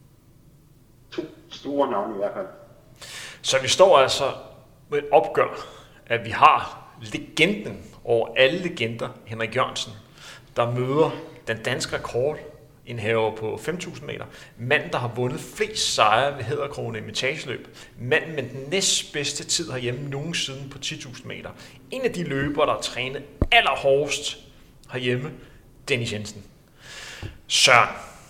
to store navne i hvert fald. Så vi står altså med et opgør, at vi har legenden over alle legender, Henrik Jørgensen, der møder den danske rekord indhaver på fem tusind meter. Manden, der har vundet flest sejre ved hæderkronene i metageløb. Manden med den næstbedste tid herhjemme nogensinde på ti tusind meter. En af de løbere, der har trænet allerhårdest herhjemme, Dennis Jensen. Søren.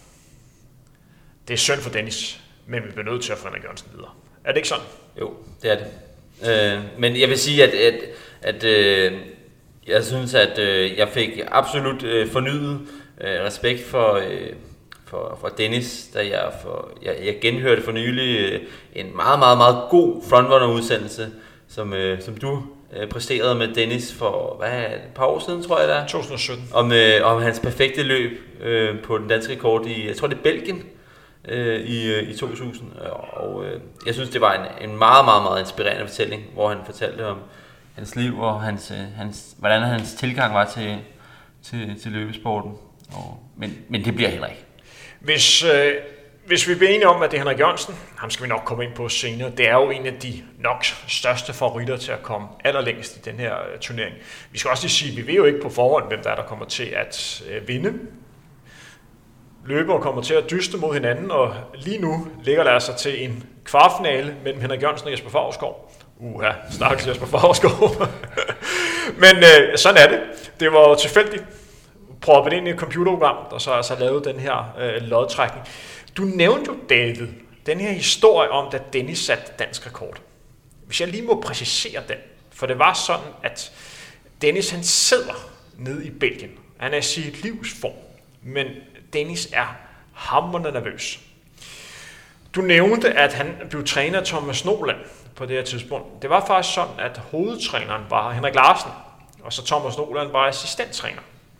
Det er synd for Dennis, men vi bliver nødt til at få Henrik Jørgensen videre. Er det ikke sådan? Jo, det er det. Øh, men jeg vil sige, at, at, at øh, jeg synes, at øh, jeg fik absolut øh, fornyet øh, respekt for, øh, for, for Dennis, da jeg, for, jeg, jeg genhørte for nylig øh, en meget, meget, meget god frontrunner-udsendelse, som, øh, som du, øh, præsterede med Dennis for hvad, et par år siden, tror jeg det er. to tusind og sytten. Om, øh, om hans perfekte løb øh, på den danske rekord i, jeg tror det er Belgien, øh, i, øh, i to tusind. Og øh, jeg synes, det var en, en meget, meget, meget inspirerende fortælling, hvor han fortalte om hans liv og hans, øh, hans, hvordan hans tilgang var til, til, til løbesporten. Og, men, men det bliver heller ikke. Hvis, øh, hvis vi bliver enige om, at det er Henrik Jørgensen, ham skal vi nok komme ind på senere, det er jo en af de nok største favoritter til at komme allerlængst i den her øh, turnering. Vi skal også lige sige, at vi ved jo ikke på forhånd, hvem der er, der kommer til at øh, vinde. Løbere kommer til at dyste mod hinanden, og lige nu ligger der altså til en kvartfinale mellem Henrik Jørgensen og Jesper Favrskov. Uha, stakkels Jesper Favrskov. Men øh, sådan er det. Det var jo tilfældigt. Proppet ind i et computerprogram, der så altså lavede den her øh, lodtrækning. Du nævnte jo, David, den her historie om, da Dennis satte dansk rekord. Hvis jeg lige må præcisere den, for det var sådan, at Dennis han sidder nede i Belgien. Han er i sit livs form, men Dennis er hamrende nervøs. Du nævnte, at han blev træner af Thomas Noland på det her tidspunkt. Det var faktisk sådan, at hovedtræneren var Henrik Larsen, og så Thomas Noland var assistenttræner.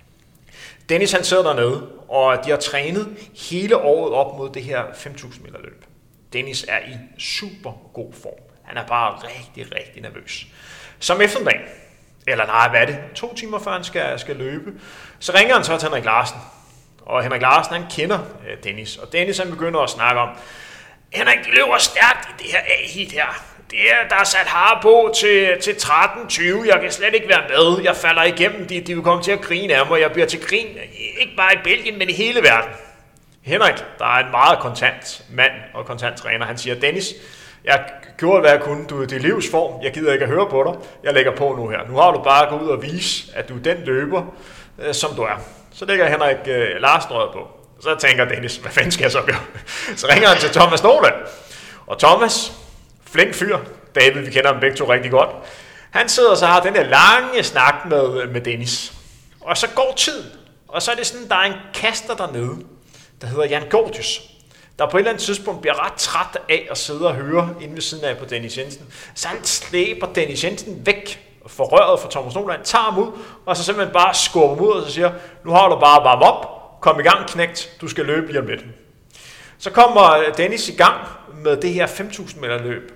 Dennis han sidder dernede, og de har trænet hele året op mod det her fem tusind meter løb. Dennis er i super god form. Han er bare rigtig, rigtig nervøs. Som eftermiddag, eller nej, hvad er det? To timer før han skal, skal løbe, så ringer han så til Henrik Larsen. Og Henrik Larsen han kender Dennis, og Dennis han begynder at snakke om, Henrik, de løber stærkt i det her A-hit her. Det er, der er sat hare på til, til tretten tyve. Jeg kan slet ikke være med. Jeg falder igennem. De, de vil komme til at grine af mig. Jeg bliver til grin. Ikke bare i Belgien, men i hele verden. Henrik, der er en meget kontant mand og kontant træner. Han siger, Dennis, jeg gjorde, hvad jeg kunne. Du er i livsform. Jeg gider ikke at høre på dig. Jeg lægger på nu her. Nu har du bare gået ud og vise, at du er den løber, øh, som du er. Så lægger Henrik øh, Larsen røret på. Så tænker Dennis, hvad fanden skal jeg så gøre? Så ringer han til Thomas Noland. Og Thomas, flink fyr, David, vi kender ham begge to rigtig godt, han sidder og så har den der lange snak med, med Dennis. Og så går tiden, og så er det sådan, der er en kaster dernede, der hedder Jan Gordius, der på et eller andet tidspunkt bliver ret træt af at sidde og høre inde ved siden af på Dennis Jensen. Så han slæber Dennis Jensen væk for røret fra Thomas Noland, tager ham ud, og så simpelthen bare skubber ham ud, og så siger, nu har du bare varme op, kom i gang, knægt, du skal løbe lige om lidt. Så kommer Dennis i gang med det her fem tusind meter løb,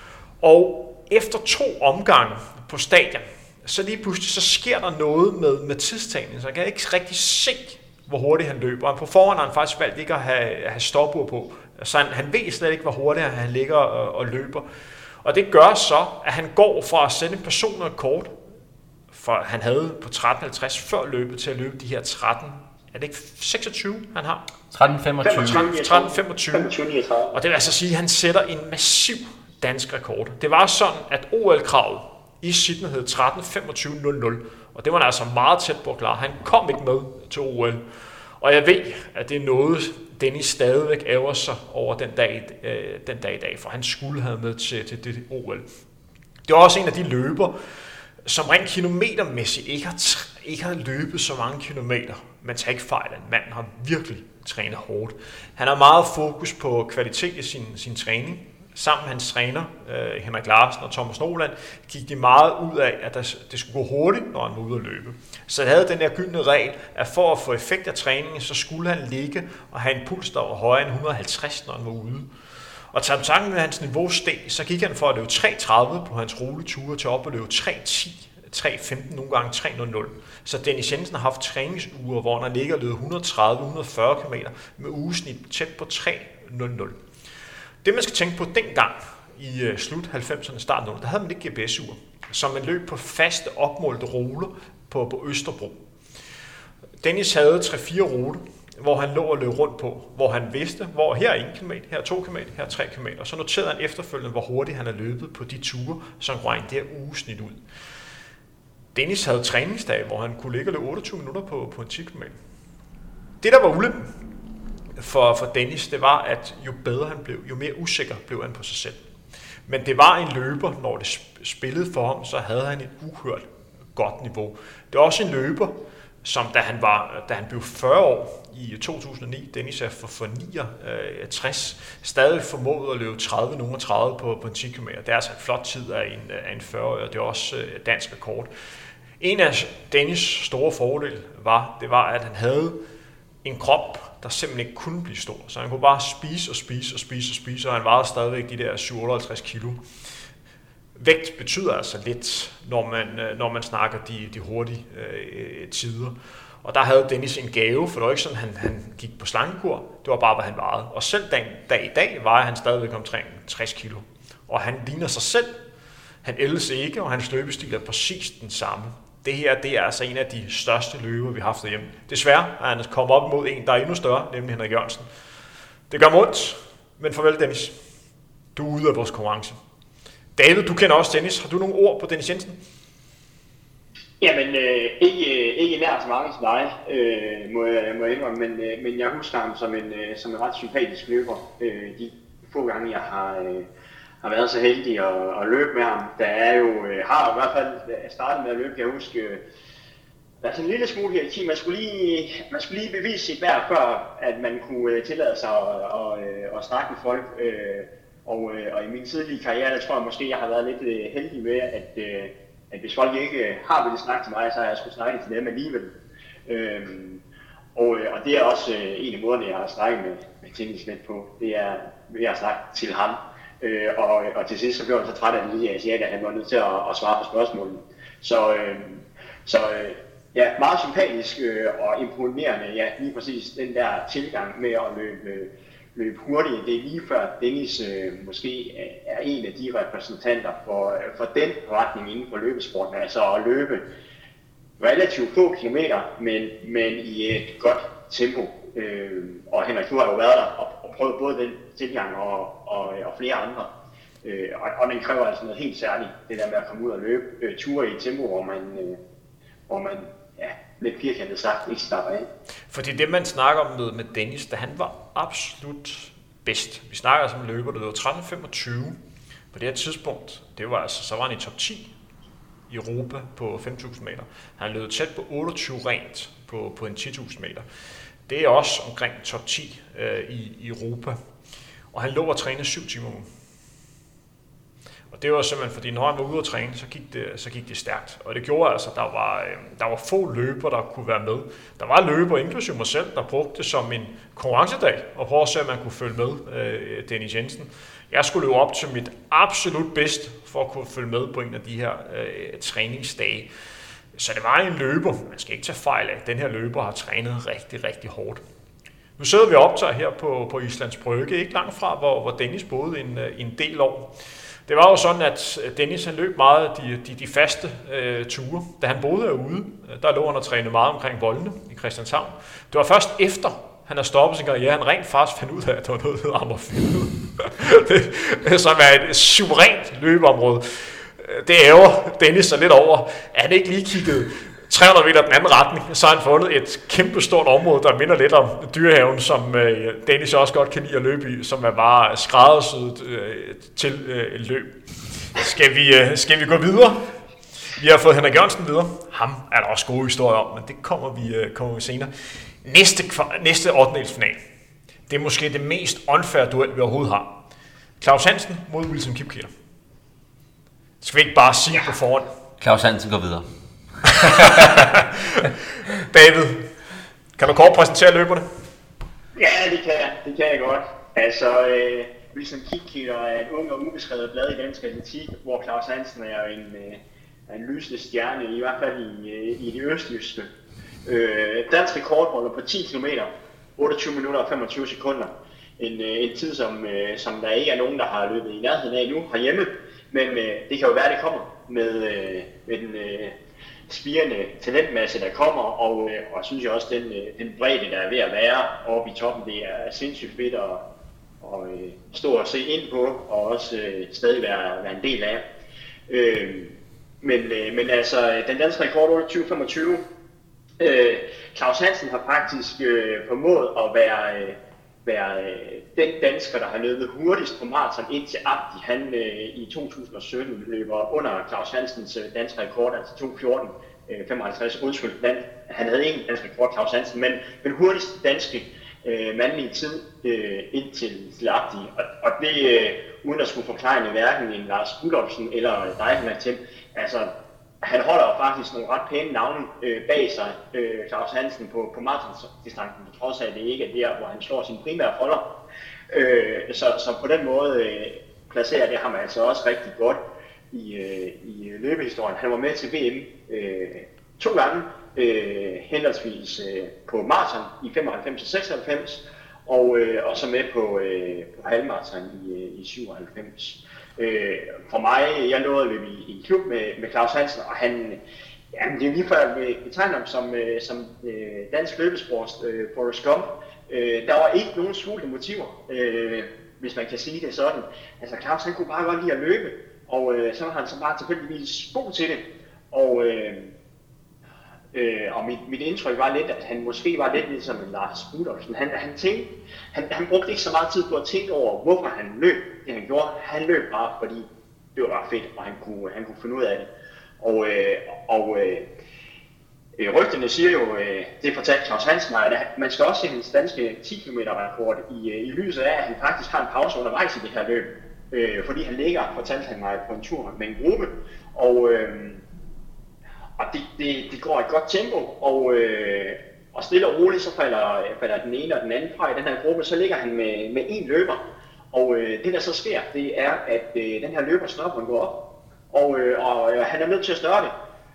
og efter to omgange på stadion, så lige pludselig så sker der noget med, med tidstagningen, så jeg kan ikke rigtig se, hvor hurtigt han løber. Og på forhånd har han faktisk valgt ikke at have, at have stopur på, så han, han ved slet ikke, hvor hurtigt han ligger og, og løber. Og det gør så, at han går fra at sætte en personrekord, for han havde på tretten halvtreds før løbet, til at løbe de her tretten, er det ikke seksogtyve, han har? tretten femogtyve. tretten femogtyve. Og det vil altså sige, at han sætter en massiv dansk rekord. Det var sådan, at O L-kravet i Sydney hed tretten femogtyve nul nul, og det var altså meget tæt på at klare. Han kom ikke med til O L, og jeg ved, at det er noget, Dennis stadigvæk ærger sig over den dag, øh, den dag i dag, for han skulle have med til, til det O L. Det var også en af de løber, som rent kilometermæssigt ikke har, ikke har løbet så mange kilometer, men tag ikke fejl, at manden har virkelig trænet hårdt. Han har meget fokus på kvalitet i sin, sin træning. Sammen med hans træner, øh, Henrik Larsen og Thomas Noland, gik de meget ud af, at der, det skulle gå hurtigt, når han var ude at løbe. Så han havde den her gyldne regel, at for at få effekt af træningen, så skulle han ligge og have en puls, der var højere end et hundrede og halvtreds, når han var ude. Og samtidig med hans niveau steg, så gik han for at løbe tre tredive på hans roleture til op at løbe tre ti, tre femten, nogle gange tre nul nul. Så Dennis Jensen har haft træningsuger, hvor han ligger og løbet et hundrede og tredive til et hundrede og fyrre kilometer med ugesnit tæt på tre nul nul. Det man skal tænke på dengang i uh, slut halvfemserne, start nullerne, der havde man ikke G P S-ure, så man løb på faste opmålte ruter på, på Østerbro. Dennis havde tre fire ruter, hvor han lå og løb rundt på, hvor han vidste, hvor her er en kilometer, her er to kilometer, her er tre kilometer. Så noterede han efterfølgende, hvor hurtigt han havde løbet på de ture, som regnede det her ugesnit ud. Dennis havde træningsdage, hvor han kunne ligge og løbe otteogtyve minutter på, på en ti kilometer. Det der var ulempen for, for Dennis, det var, at jo bedre han blev, jo mere usikker blev han på sig selv. Men det var en løber, når det spillede for ham, så havde han et uhørt godt niveau. Det er også en løber, som da han, var, da han blev fyrre år i to tusind og ni, Dennis er for, for niogtres, stadig formåede at løbe tredive nummer tredive på, på en ti kilometer. Det er altså en flot tid af en, af en fyrre-årig, og det er også dansk rekord. En af Dennis' store fordele var, det var, at han havde en krop, der simpelthen ikke kunne blive stor. Så han kunne bare spise og spise og spise og spise, og han vejede stadigvæk de der syv hundrede og halvtreds kilo. Vægt betyder altså lidt, når man, når man snakker de, de hurtige øh, tider. Og der havde Dennis en gave, for det var ikke sådan, han, han gik på slangekur. Det var bare, hvad han vejede. Og selv den dag i dag vejer han stadigvæk omkring tres kilo. Og han ligner sig selv. Han ældes ikke, og hans løbestil er præcis den samme. Det her, det er altså en af de største løber, vi har haft derhjemme. Desværre er han kommet op mod en, der er endnu større, nemlig Henrik Jørgensen. Det gør mig ondt, men farvel Dennis. Du er ude af vores konkurrence. David, du kender også Dennis. Har du nogle ord på Dennis Jensen? Jamen, øh, ikke, ikke nær så mange som dig, øh, må jeg, må jeg indrømme, men, øh, men jeg husker ham som en, øh, som en ret sympatisk løber. Øh, de få gange, jeg har, øh, har været så heldig at, at løbe med ham, der er jo, øh, har i hvert fald startet med at løbe, kan jeg huske, øh, der er sådan en lille smule hierarki. Man skulle lige, man skulle lige bevise sit værd, før at man kunne øh, tillade sig at, at, at, at snakke med folk. Øh, og, øh, og i min tidlige karriere, der tror jeg måske, jeg har været lidt øh, heldig med, at øh, at hvis folk ikke har vildt snakke til mig, så har jeg skulle snakke til dem alligevel. Øhm, og, og det er også øh, en af måderne, jeg har snakket med, med Dennis lidt på. Det er ved at snakke til ham. Øh, og, og til sidst så blev han så træt af den lille asiat, at han var nødt til at, at svare på spørgsmålene. Så, øh, så øh, ja, meget sympatisk øh, og imponerende, ja, lige præcis den der tilgang med at løbe, løbe hurtigt. Det er lige før Dennis øh, måske er en af de repræsentanter for, for den retning inden for løbesporten, altså at løbe relativt få kilometer, men, men i et godt tempo. Øh, og Henrik, du har jo været der og, og prøvet både den tilgang og, og, og flere andre. Øh, og, og den kræver altså noget helt særligt, det der med at komme ud og løbe øh, ture i et tempo, hvor man, øh, hvor man ja, lidt firkantet sagt ikke slapper af. Fordi det, man snakker om med, med Dennis, da han var absolut bedst. Vi snakker altså om løber, der var tretten femogtyve på det her tidspunkt. Det var altså, så var han i top ti i Europa på fem tusind meter. Han løb tæt på otteogtyve rent på, på en ti tusind meter. Det er også omkring top ti øh, i, i Europa. Og han lå og trænede syv timer ugen. Og det var simpelthen, fordi når han var ude at træne, så gik det, så gik det stærkt. Og det gjorde altså, at der var, der var få løber, der kunne være med. Der var løber, inklusive mig selv, der brugte det som en konkurrencedag, og prøve at se, om man kunne følge med øh, Dennis Jensen. Jeg skulle løbe op til mit absolut bedste, for at kunne følge med på en af de her øh, træningsdage. Så det var en løber, man skal ikke tage fejl af. Den her løber har trænet rigtig, rigtig hårdt. Nu sidder vi og optager her på, på Islands Brygge, ikke langt fra, hvor, hvor Dennis boede en, en del år. Det var jo sådan, at Dennis han løb meget de, de, de faste øh, ture. Da han boede herude, der lå han og trænede meget omkring voldene i Christianshavn. Det var først efter, han har stoppet sin karriere, han rent faktisk fandt ud af, at der var noget, der hedder Amagerfjeldet. det, som er et suverænt løbeområde. Det ærger Dennis så lidt over, at han ikke lige kiggede tre hundrede meter den anden retning, så har han fundet et kæmpe stort område, der minder lidt om Dyrehaven, som øh, Dennis også godt kan lide at løbe i, som er bare skræddersyet øh, til øh, løb. Skal vi, øh, skal vi gå videre? Vi har fået Henrik Jørgensen videre. Ham er der også gode historier om, men det kommer vi, øh, kommer vi senere. Næste, næste ottendedelsfinal. Det er måske det mest unfair duel, vi overhovedet har. Claus Hansen mod Wilson Kipketer. Skal vi ikke bare sige på forhånd? Claus Hansen går videre. David, kan du kort præsentere løberne? Ja, det kan jeg, det kan jeg godt. Altså, øh, Wilson Kipketer er et ung og ubeskrevet blad i dansk atletik, hvor Claus Hansen er en, øh, en lysende stjerne, i hvert fald i, øh, i det østjyske. Øh, dansk rekordholder på ti kilometer, otteogtyve minutter og femogtyve sekunder. En, øh, en tid, som, øh, som der ikke er nogen, der har løbet i nærheden af nu herhjemme, men øh, det kan jo være, det kommer med, øh, med den øh, spirende talentmasse, der kommer, og, øh, og synes jeg også, den, øh, den bredde, der er ved at være oppe i toppen, det er sindssygt fedt at, at øh, stå og se ind på, og også øh, stadig være, være en del af. Øh, men, øh, men altså, den danske rekord otteogtyve femogtyve, øh, Claus Hansen har faktisk øh, formået at være... Øh, være øh, den dansker, der har løbet hurtigst på maraton indtil Abdi. Han øh, i to tusind og sytten løber under Claus Hansens øh, danske rekord, altså to fjorten øh, femoghalvtreds, undskyld, dan, han havde ikke en dansk rekord, Claus Hansen, men den hurtigste danske øh, mandlige tid øh, indtil Slagtige. Og, og det, øh, uden at skulle forklare hverken en Lars Budolfsen eller dig, Tim, altså han holder jo faktisk nogle ret pæne navne øh, bag sig, øh, Claus Hansen, på, på maratondistancen, på trods af, at det ikke er der, hvor han slår sine primære folder. Øh, så, så på den måde øh, placerer det ham altså også rigtig godt i, øh, i løbehistorien. Han var med til V M øh, to gange, øh, henholdsvis øh, på maraton i femoghalvfems og seksoghalvfems, og, øh, og så med på, øh, på halvmaraton i, øh, i syvoghalvfems. Øh, for mig, jeg nåede at løbe i, i klub med, med Claus Hansen, og han, jamen, det er lige før, vi betegner ham som, øh, som øh, dansk løbesport, øh, Forrest Gump. Øh, der var ikke nogen skjulte motiver, øh, hvis man kan sige det sådan. Altså Claus, han kunne bare godt lide at løbe, og øh, så var han så bare tilfældigvis god til det. Og, øh, øh, og mit, mit indtryk var lidt, at han måske var lidt ligesom en Lars Budolfsen. Han, han, tænkte, han, han brugte ikke så meget tid på at tænke over, hvorfor han løb det, han gjorde. Han løb bare, fordi det var bare fedt, og han kunne, han kunne finde ud af det. Og, øh, og øh, rygterne siger jo, øh, det fortalte Claus Hansen, at man skal også se hans danske ti kilometer rekord i, i lyset af, at han faktisk har en pause undervejs i det her løb. Øh, fordi han ligger, fortalte han mig, på en tur med en gruppe, og, øh, og det, det, det går et godt tempo, og, øh, og stille og roligt, så falder, falder den ene og den anden fra i den her gruppe, så ligger han med, med en løber, og øh, det der så sker, det er, at øh, den her løber snørbånd går op, og, øh, og øh, han er nødt til at større det.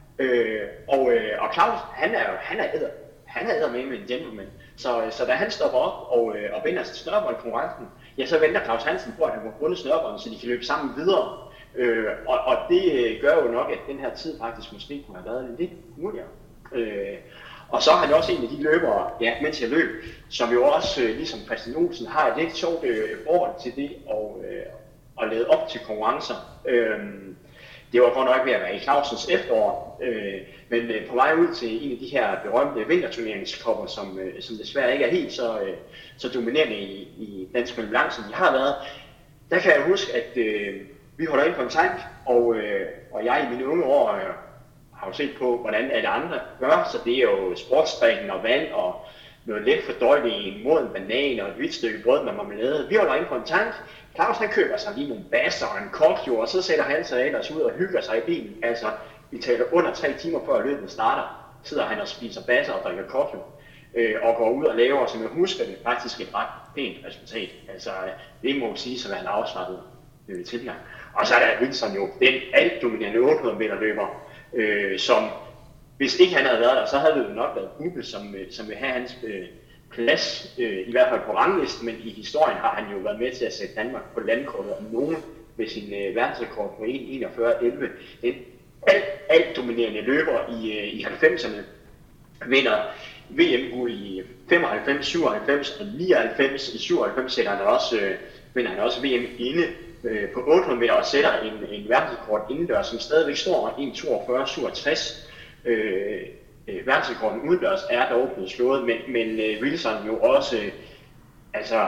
Øh, og, øh, og Claus, han er han er æder, han er æder med med en gentleman, så, så da han stopper op og, øh, og vinder snørbåndkonkurrencen, ja, så venter Claus Hansen på, at han må runde snørbåndet, så de kan løbe sammen videre. Øh, og, og det gør jo nok, at den her tid faktisk måske kunne have været lidt hurtigere. Øh, og så er han også en af de løbere, ja, mens jeg løb, som jo også, øh, ligesom Christian Olsen, har et lidt sjovt øh, forhold til det og, øh, og lede op til konkurrencer. Øh, Det var godt nok ved at være i Clausens efterår, øh, men øh, på vej ud til en af de her berømte vinterturneringskopper, som, øh, som desværre ikke er helt så, øh, så dominerende i, i dansk mellemlang, som de har været, der kan jeg huske, at øh, vi holder ind på en tank, og, øh, og jeg i mine unge år øh, har jo set på, hvordan alle andre gør, så det er jo sportsdrikken og vand og noget let fordøjeligt mod en banan og et hvidt stykke brød med marmelade. Vi holder ind på en tank. Claus, han køber sig lige nogle basser og en kokjo, og så sætter han sig ellers ud og hygger sig i bilen. Altså, vi taler under tre timer før løbet starter, sidder han og spiser basser og drikker kokjo, øh, og går ud og laver, som jeg husker det, faktisk et ret pænt resultat. Altså, det må sige, som han afslappet øh, tilgang. Og så er der Wilson jo, den alt dominerende otte hundrede meter løber, øh, som hvis ikke han havde været der, så havde det nok været Bubbe, som, som vil have hans øh, plads, øh, i hvert fald på ranglisten, men i historien har han jo været med til at sætte Danmark på landkortet om nogen med sin øh, verdensrekord på en enogfyrre elleve. En alt, alt dominerende løber i, øh, i halvfemserne, vinder V M-guld i femoghalvfems, syvoghalvfems og nioghalvfems. I syvoghalvfems sætter han også, øh, vinder han også V M inde øh, på otte hundrede meter og sætter en, en verdensrekord indendørs, som stadigvæk står en toogfyrre syvogtres. Øh, øh, verdensrekorden udendørs er dog blevet slået, men, men øh, Wilson jo også øh, altså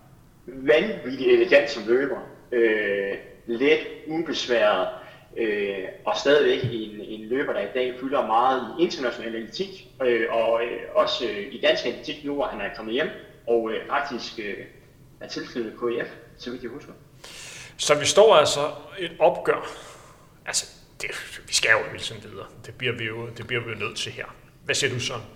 vanvittigt elegant som løber, øh, let, ubesværet, øh, og stadigvæk en, en løber, der i dag fylder meget i international atletik, øh, og øh, også øh, i dansk atletik nu, hvor han er kommet hjem, og øh, faktisk øh, er tilknyttet K I F, så vidt jeg husker. Så vi står altså et opgør, altså det, vi skal jo Wilson videre. Det bliver vi jo, det bliver vi jo nødt til her. Hvad siger du, Søren?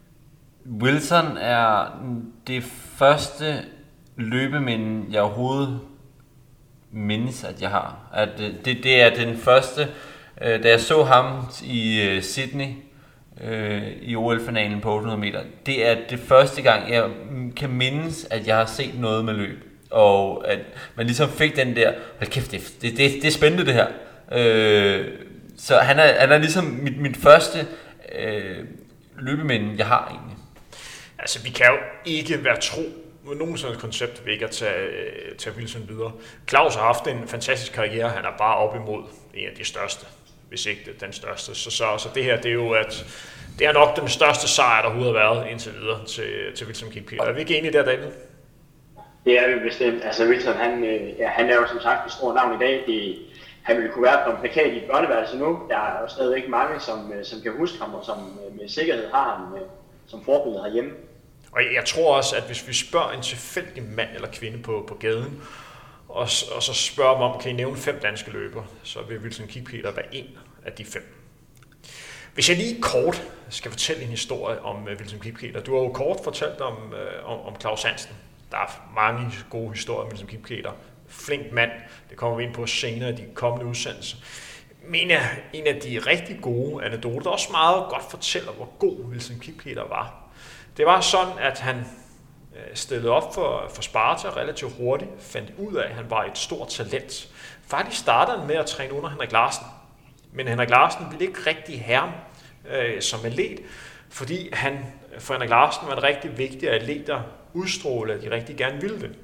Wilson er det første løbeminde, jeg overhovedet mindes, at jeg har. At det, det er den første, da jeg så ham i Sydney i O L-finalen på otte hundrede meter. Det er det første gang, jeg kan mindes, at jeg har set noget med løb. Og at man ligesom fik den der, hold kæft, det, det, det, det er spændende det her. Øh, så han er, han er ligesom mit, mit første øh, løbeminde, jeg har egentlig. Altså, vi kan jo ikke være tro med nogen sådan et koncept ved ikke at tage, tage Wilson videre. Claus har haft en fantastisk karriere, han er bare op imod en af de største, hvis ikke den største. Så, så, så det her, det er jo at det er nok den største sejr, der overhovedet har været indtil videre til, til Wilson Kipketer. Er vi ikke enige der, David? Det er vi bestemt. Altså Wilson, han, ja, han er jo som sagt et stort navn i dag. Det han ville kunne være på en plakat i et børneværelse nu. Der er jo stadigvæk mange, som, som kan huske ham, og som med sikkerhed har ham som forbillede herhjemme. Og jeg tror også, at hvis vi spørger en tilfældig mand eller kvinde på, på gaden, og, og så spørger dem om, kan I nævne fem danske løber, så vil Wilson Kipketer være en af de fem. Hvis jeg lige kort skal fortælle en historie om uh, Wilson Kipketer. Du har jo kort fortalt om, uh, om, om Claus Hansen. Der er mange gode historier om Wilson Kipketer. Flink mand, det kommer vi ind på senere i de kommende udsendelser. Men en af de rigtig gode anekdoter, der også meget godt fortæller, hvor god Wilson Kipketer var. Det var sådan, at han stillede op for, for Sparta relativt hurtigt, fandt ud af, at han var et stort talent. Faktisk startede han med at træne under Henrik Larsen. Men Henrik Larsen ville ikke rigtig herre øh, som atlet, fordi han for Henrik Larsen var en rigtig vigtig atlet, der udstrålede, at de rigtig gerne ville det.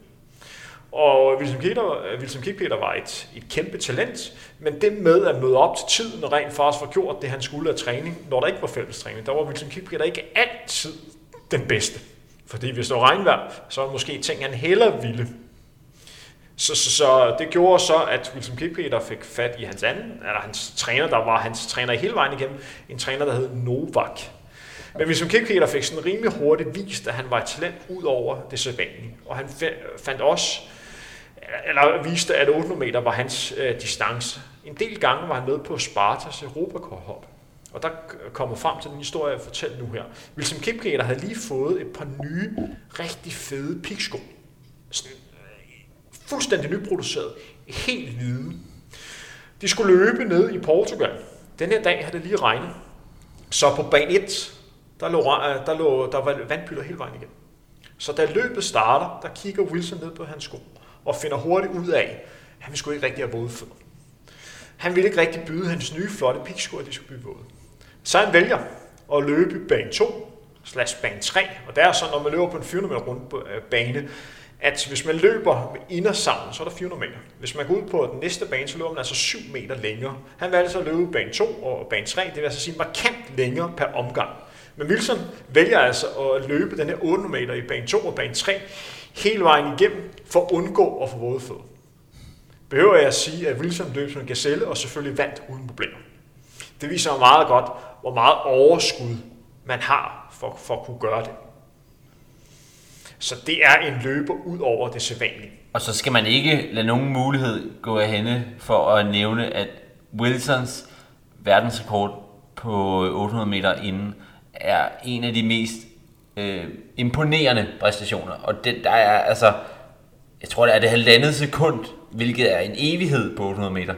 Og Wilson Kipketer, Wilson Kipketer var et, et kæmpe talent, men det med at møde op til tiden og rent faktisk få gjort det, han skulle af træning, når der ikke var fællestræning, der var Wilson Kipketer ikke altid den bedste. Fordi hvis der var regnvejr, så var det måske ting, han hellere ville. Så, så, så det gjorde så, at Wilson Kipketer fik fat i hans anden, eller hans træner, der var hans træner hele vejen igennem, en træner, der hed Novak. Men Wilson Kipketer fik sådan rimelig hurtigt vist, at han var et talent ud over det sædvanlige. Og han fandt også, eller viste, at otte hundrede meter var hans øh, distance. En del gange var han med på Spartas Europacup. Og der kommer frem til den historie, jeg fortæller nu her. Wilson Kipketer havde lige fået et par nye, rigtig fede piksko. Sådan, fuldstændig nyproduceret. Helt hvide. De skulle løbe ned i Portugal. Den her dag havde det lige regnet. Så på bane et, der, lå, der, lå, der var vandpytter hele vejen igen. Så da løbet starter, der kigger Wilson ned på hans sko og finder hurtigt ud af, at han skulle ikke rigtig have våde fødder. Han ville ikke rigtig byde hans nye flotte piksko, at de skulle blive våde. Så han vælger at løbe bane to slash bane tre, og det er sådan, når man løber på en fire hundrede meter rundt bane, at hvis man løber med indersavnen, så er der fire hundrede meter. Hvis man går ud på den næste bane, så løber man altså syv meter længere. Han valgte så at løbe bane to og bane tre, det vil altså sige markant længere per omgang. Men Wilson vælger altså at løbe den her otte hundrede meter i bane to og bane tre hele vejen igennem for at undgå at få våde fødder. Behøver jeg at sige, at Wilson løb som en gazelle og selvfølgelig vandt uden problemer. Det viser meget godt, hvor meget overskud man har for, for at kunne gøre det. Så det er en løber ud over det sædvanlige. Og så skal man ikke lade nogen mulighed gå af hende for at nævne, at Wilsons verdensrekord på otte hundrede meter inden er en af de mest øh, imponerende præstationer. Og det, der er altså, jeg tror det er det halvandet sekund, hvilket er en evighed på otte hundrede meter,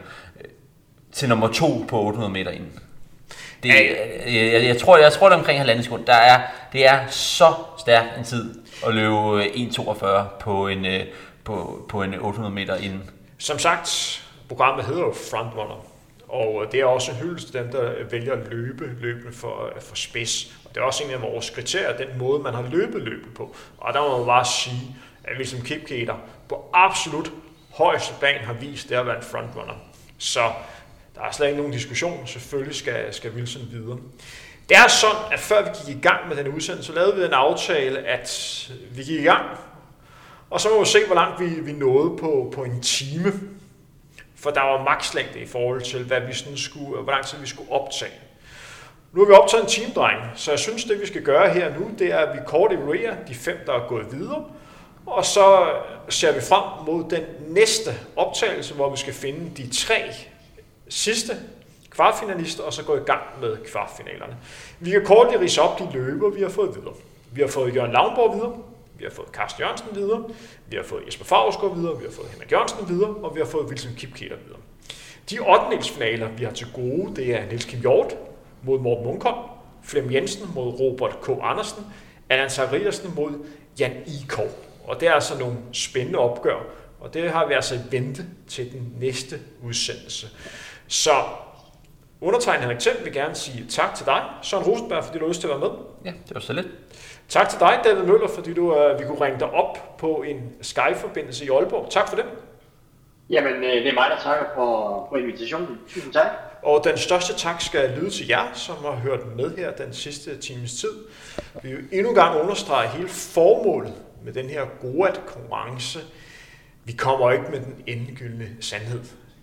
til nummer to på otte hundrede meter inden. Det, jeg, jeg, jeg, tror, jeg tror det er omkring halvandet sekund. Der er, det er så stærk en tid at løbe en toogfyrre på en, på, på en otte hundrede meter inden. Som sagt, programmet hedder jo Frontrunner, og det er også en hyldest til dem, der vælger at løbe løbende for, for spids. Og det er også en af vores kriterier, den måde, man har løbet løbet på. Og der må man bare sige, at Wilson Kipketer på absolut højeste plan har vist, det at være en frontrunner. Så der er slet ikke nogen diskussion. Selvfølgelig skal, skal Wilson videre. Det er sådan, at før vi gik i gang med den udsendelse, så lavede vi en aftale, at vi gik i gang. Og så må vi se, hvor langt vi, vi nåede på, på en time. For der var makslængde i forhold til, hvad vi sådan skulle, hvor lang tid vi skulle optage. Nu har vi optaget en time, dreng, så jeg synes, det vi skal gøre her nu, det er, at vi kort evaluerer de fem, der er gået videre. Og så ser vi frem mod den næste optagelse, hvor vi skal finde de tre sidste kvartfinalister, og så gå i gang med kvartfinalerne. Vi kan kort lige ridse op de løber, vi har fået videre. Vi har fået Jørgen Lavnborg videre, vi har fået Carsten Jørgensen videre, vi har fået Jesper Favreskov videre, vi har fået Henrik Jørgensen videre, og vi har fået Wilson Kipketer videre. De ottendedelsfinaler, vi har til gode, det er Niels Kim Hjort mod Morten Munkholm, Flem Jensen mod Robert K. Andersen, Allan Zachariasen mod Jan Ikov. Og det er altså nogle spændende opgør, og det har vi altså vente til den næste udsendelse. Så undertegnet Henrik Thiem vil gerne sige tak til dig, Søren Rosenberg, fordi du har lyst til at være med. Ja, det var så lidt. Tak til dig, David Møller, fordi du, uh, vi kunne ringe dig op på en Skype-forbindelse i Aalborg. Tak for det. Jamen, det er mig, der takker for, for invitationen. Tusind tak. Og den største tak skal lyde til jer, som har hørt med her den sidste times tid. Vi vil endnu en gang understrege hele formålet med den her gode konkurrence. Vi kommer ikke med den endegyldige sandhed.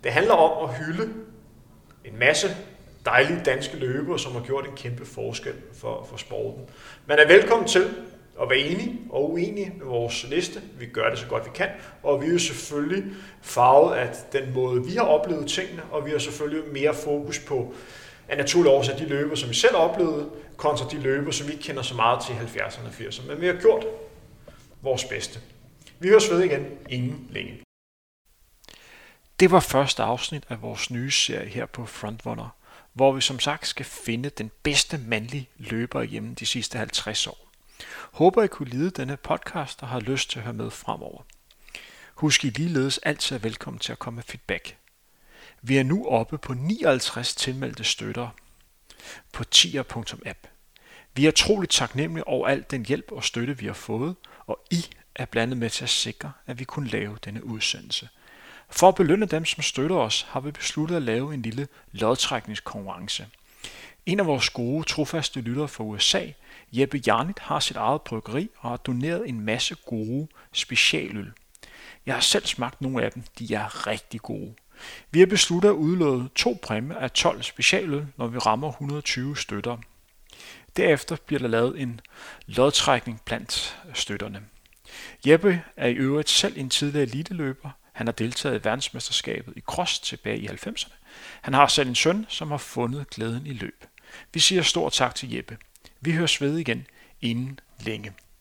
Det handler om at hylde en masse dejlige danske løbere, som har gjort en kæmpe forskel for, for sporten. Man er velkommen til at være enige og uenige med vores liste. Vi gør det så godt vi kan, og vi er jo selvfølgelig farvet af den måde, vi har oplevet tingene, og vi har selvfølgelig mere fokus på af naturlig årsag de løber, som vi selv oplevede, kontra de løber, som vi ikke kender så meget til halvfjerdserne og firserne. Men vi har gjort vores bedste. Vi høres ved igen inden længe. Det var første afsnit af vores nye serie her på Frontrunner, hvor vi som sagt skal finde den bedste mandlige løber igennem de sidste halvtreds år. Håber I kunne lide denne podcast og har lyst til at høre med fremover. Husk I ligeledes altid er velkommen til at komme med feedback. Vi er nu oppe på nioghalvtreds tilmeldte støtter på tier punktum app. Vi er troligt taknemmelige over al den hjælp og støtte vi har fået, og I er blandt andet med til at sikre, at vi kunne lave denne udsendelse. For at belønne dem, som støtter os, har vi besluttet at lave en lille lodtrækningskonkurrence. En af vores gode, trofaste lyttere fra U S A, Jeppe Jarnit, har sit eget bryggeri og har doneret en masse gode specialøl. Jeg har selv smagt nogle af dem, de er rigtig gode. Vi har besluttet at udlåde to præmier af tolv specialøl, når vi rammer et hundrede og tyve støtter. Derefter bliver der lavet en lodtrækning blandt støtterne. Jeppe er i øvrigt selv en tidligere eliteløber. Han har deltaget i verdensmesterskabet i cross tilbage i halvfemserne. Han har selv en søn, som har fundet glæden i løb. Vi siger stor tak til Jeppe. Vi høres ved igen inden længe.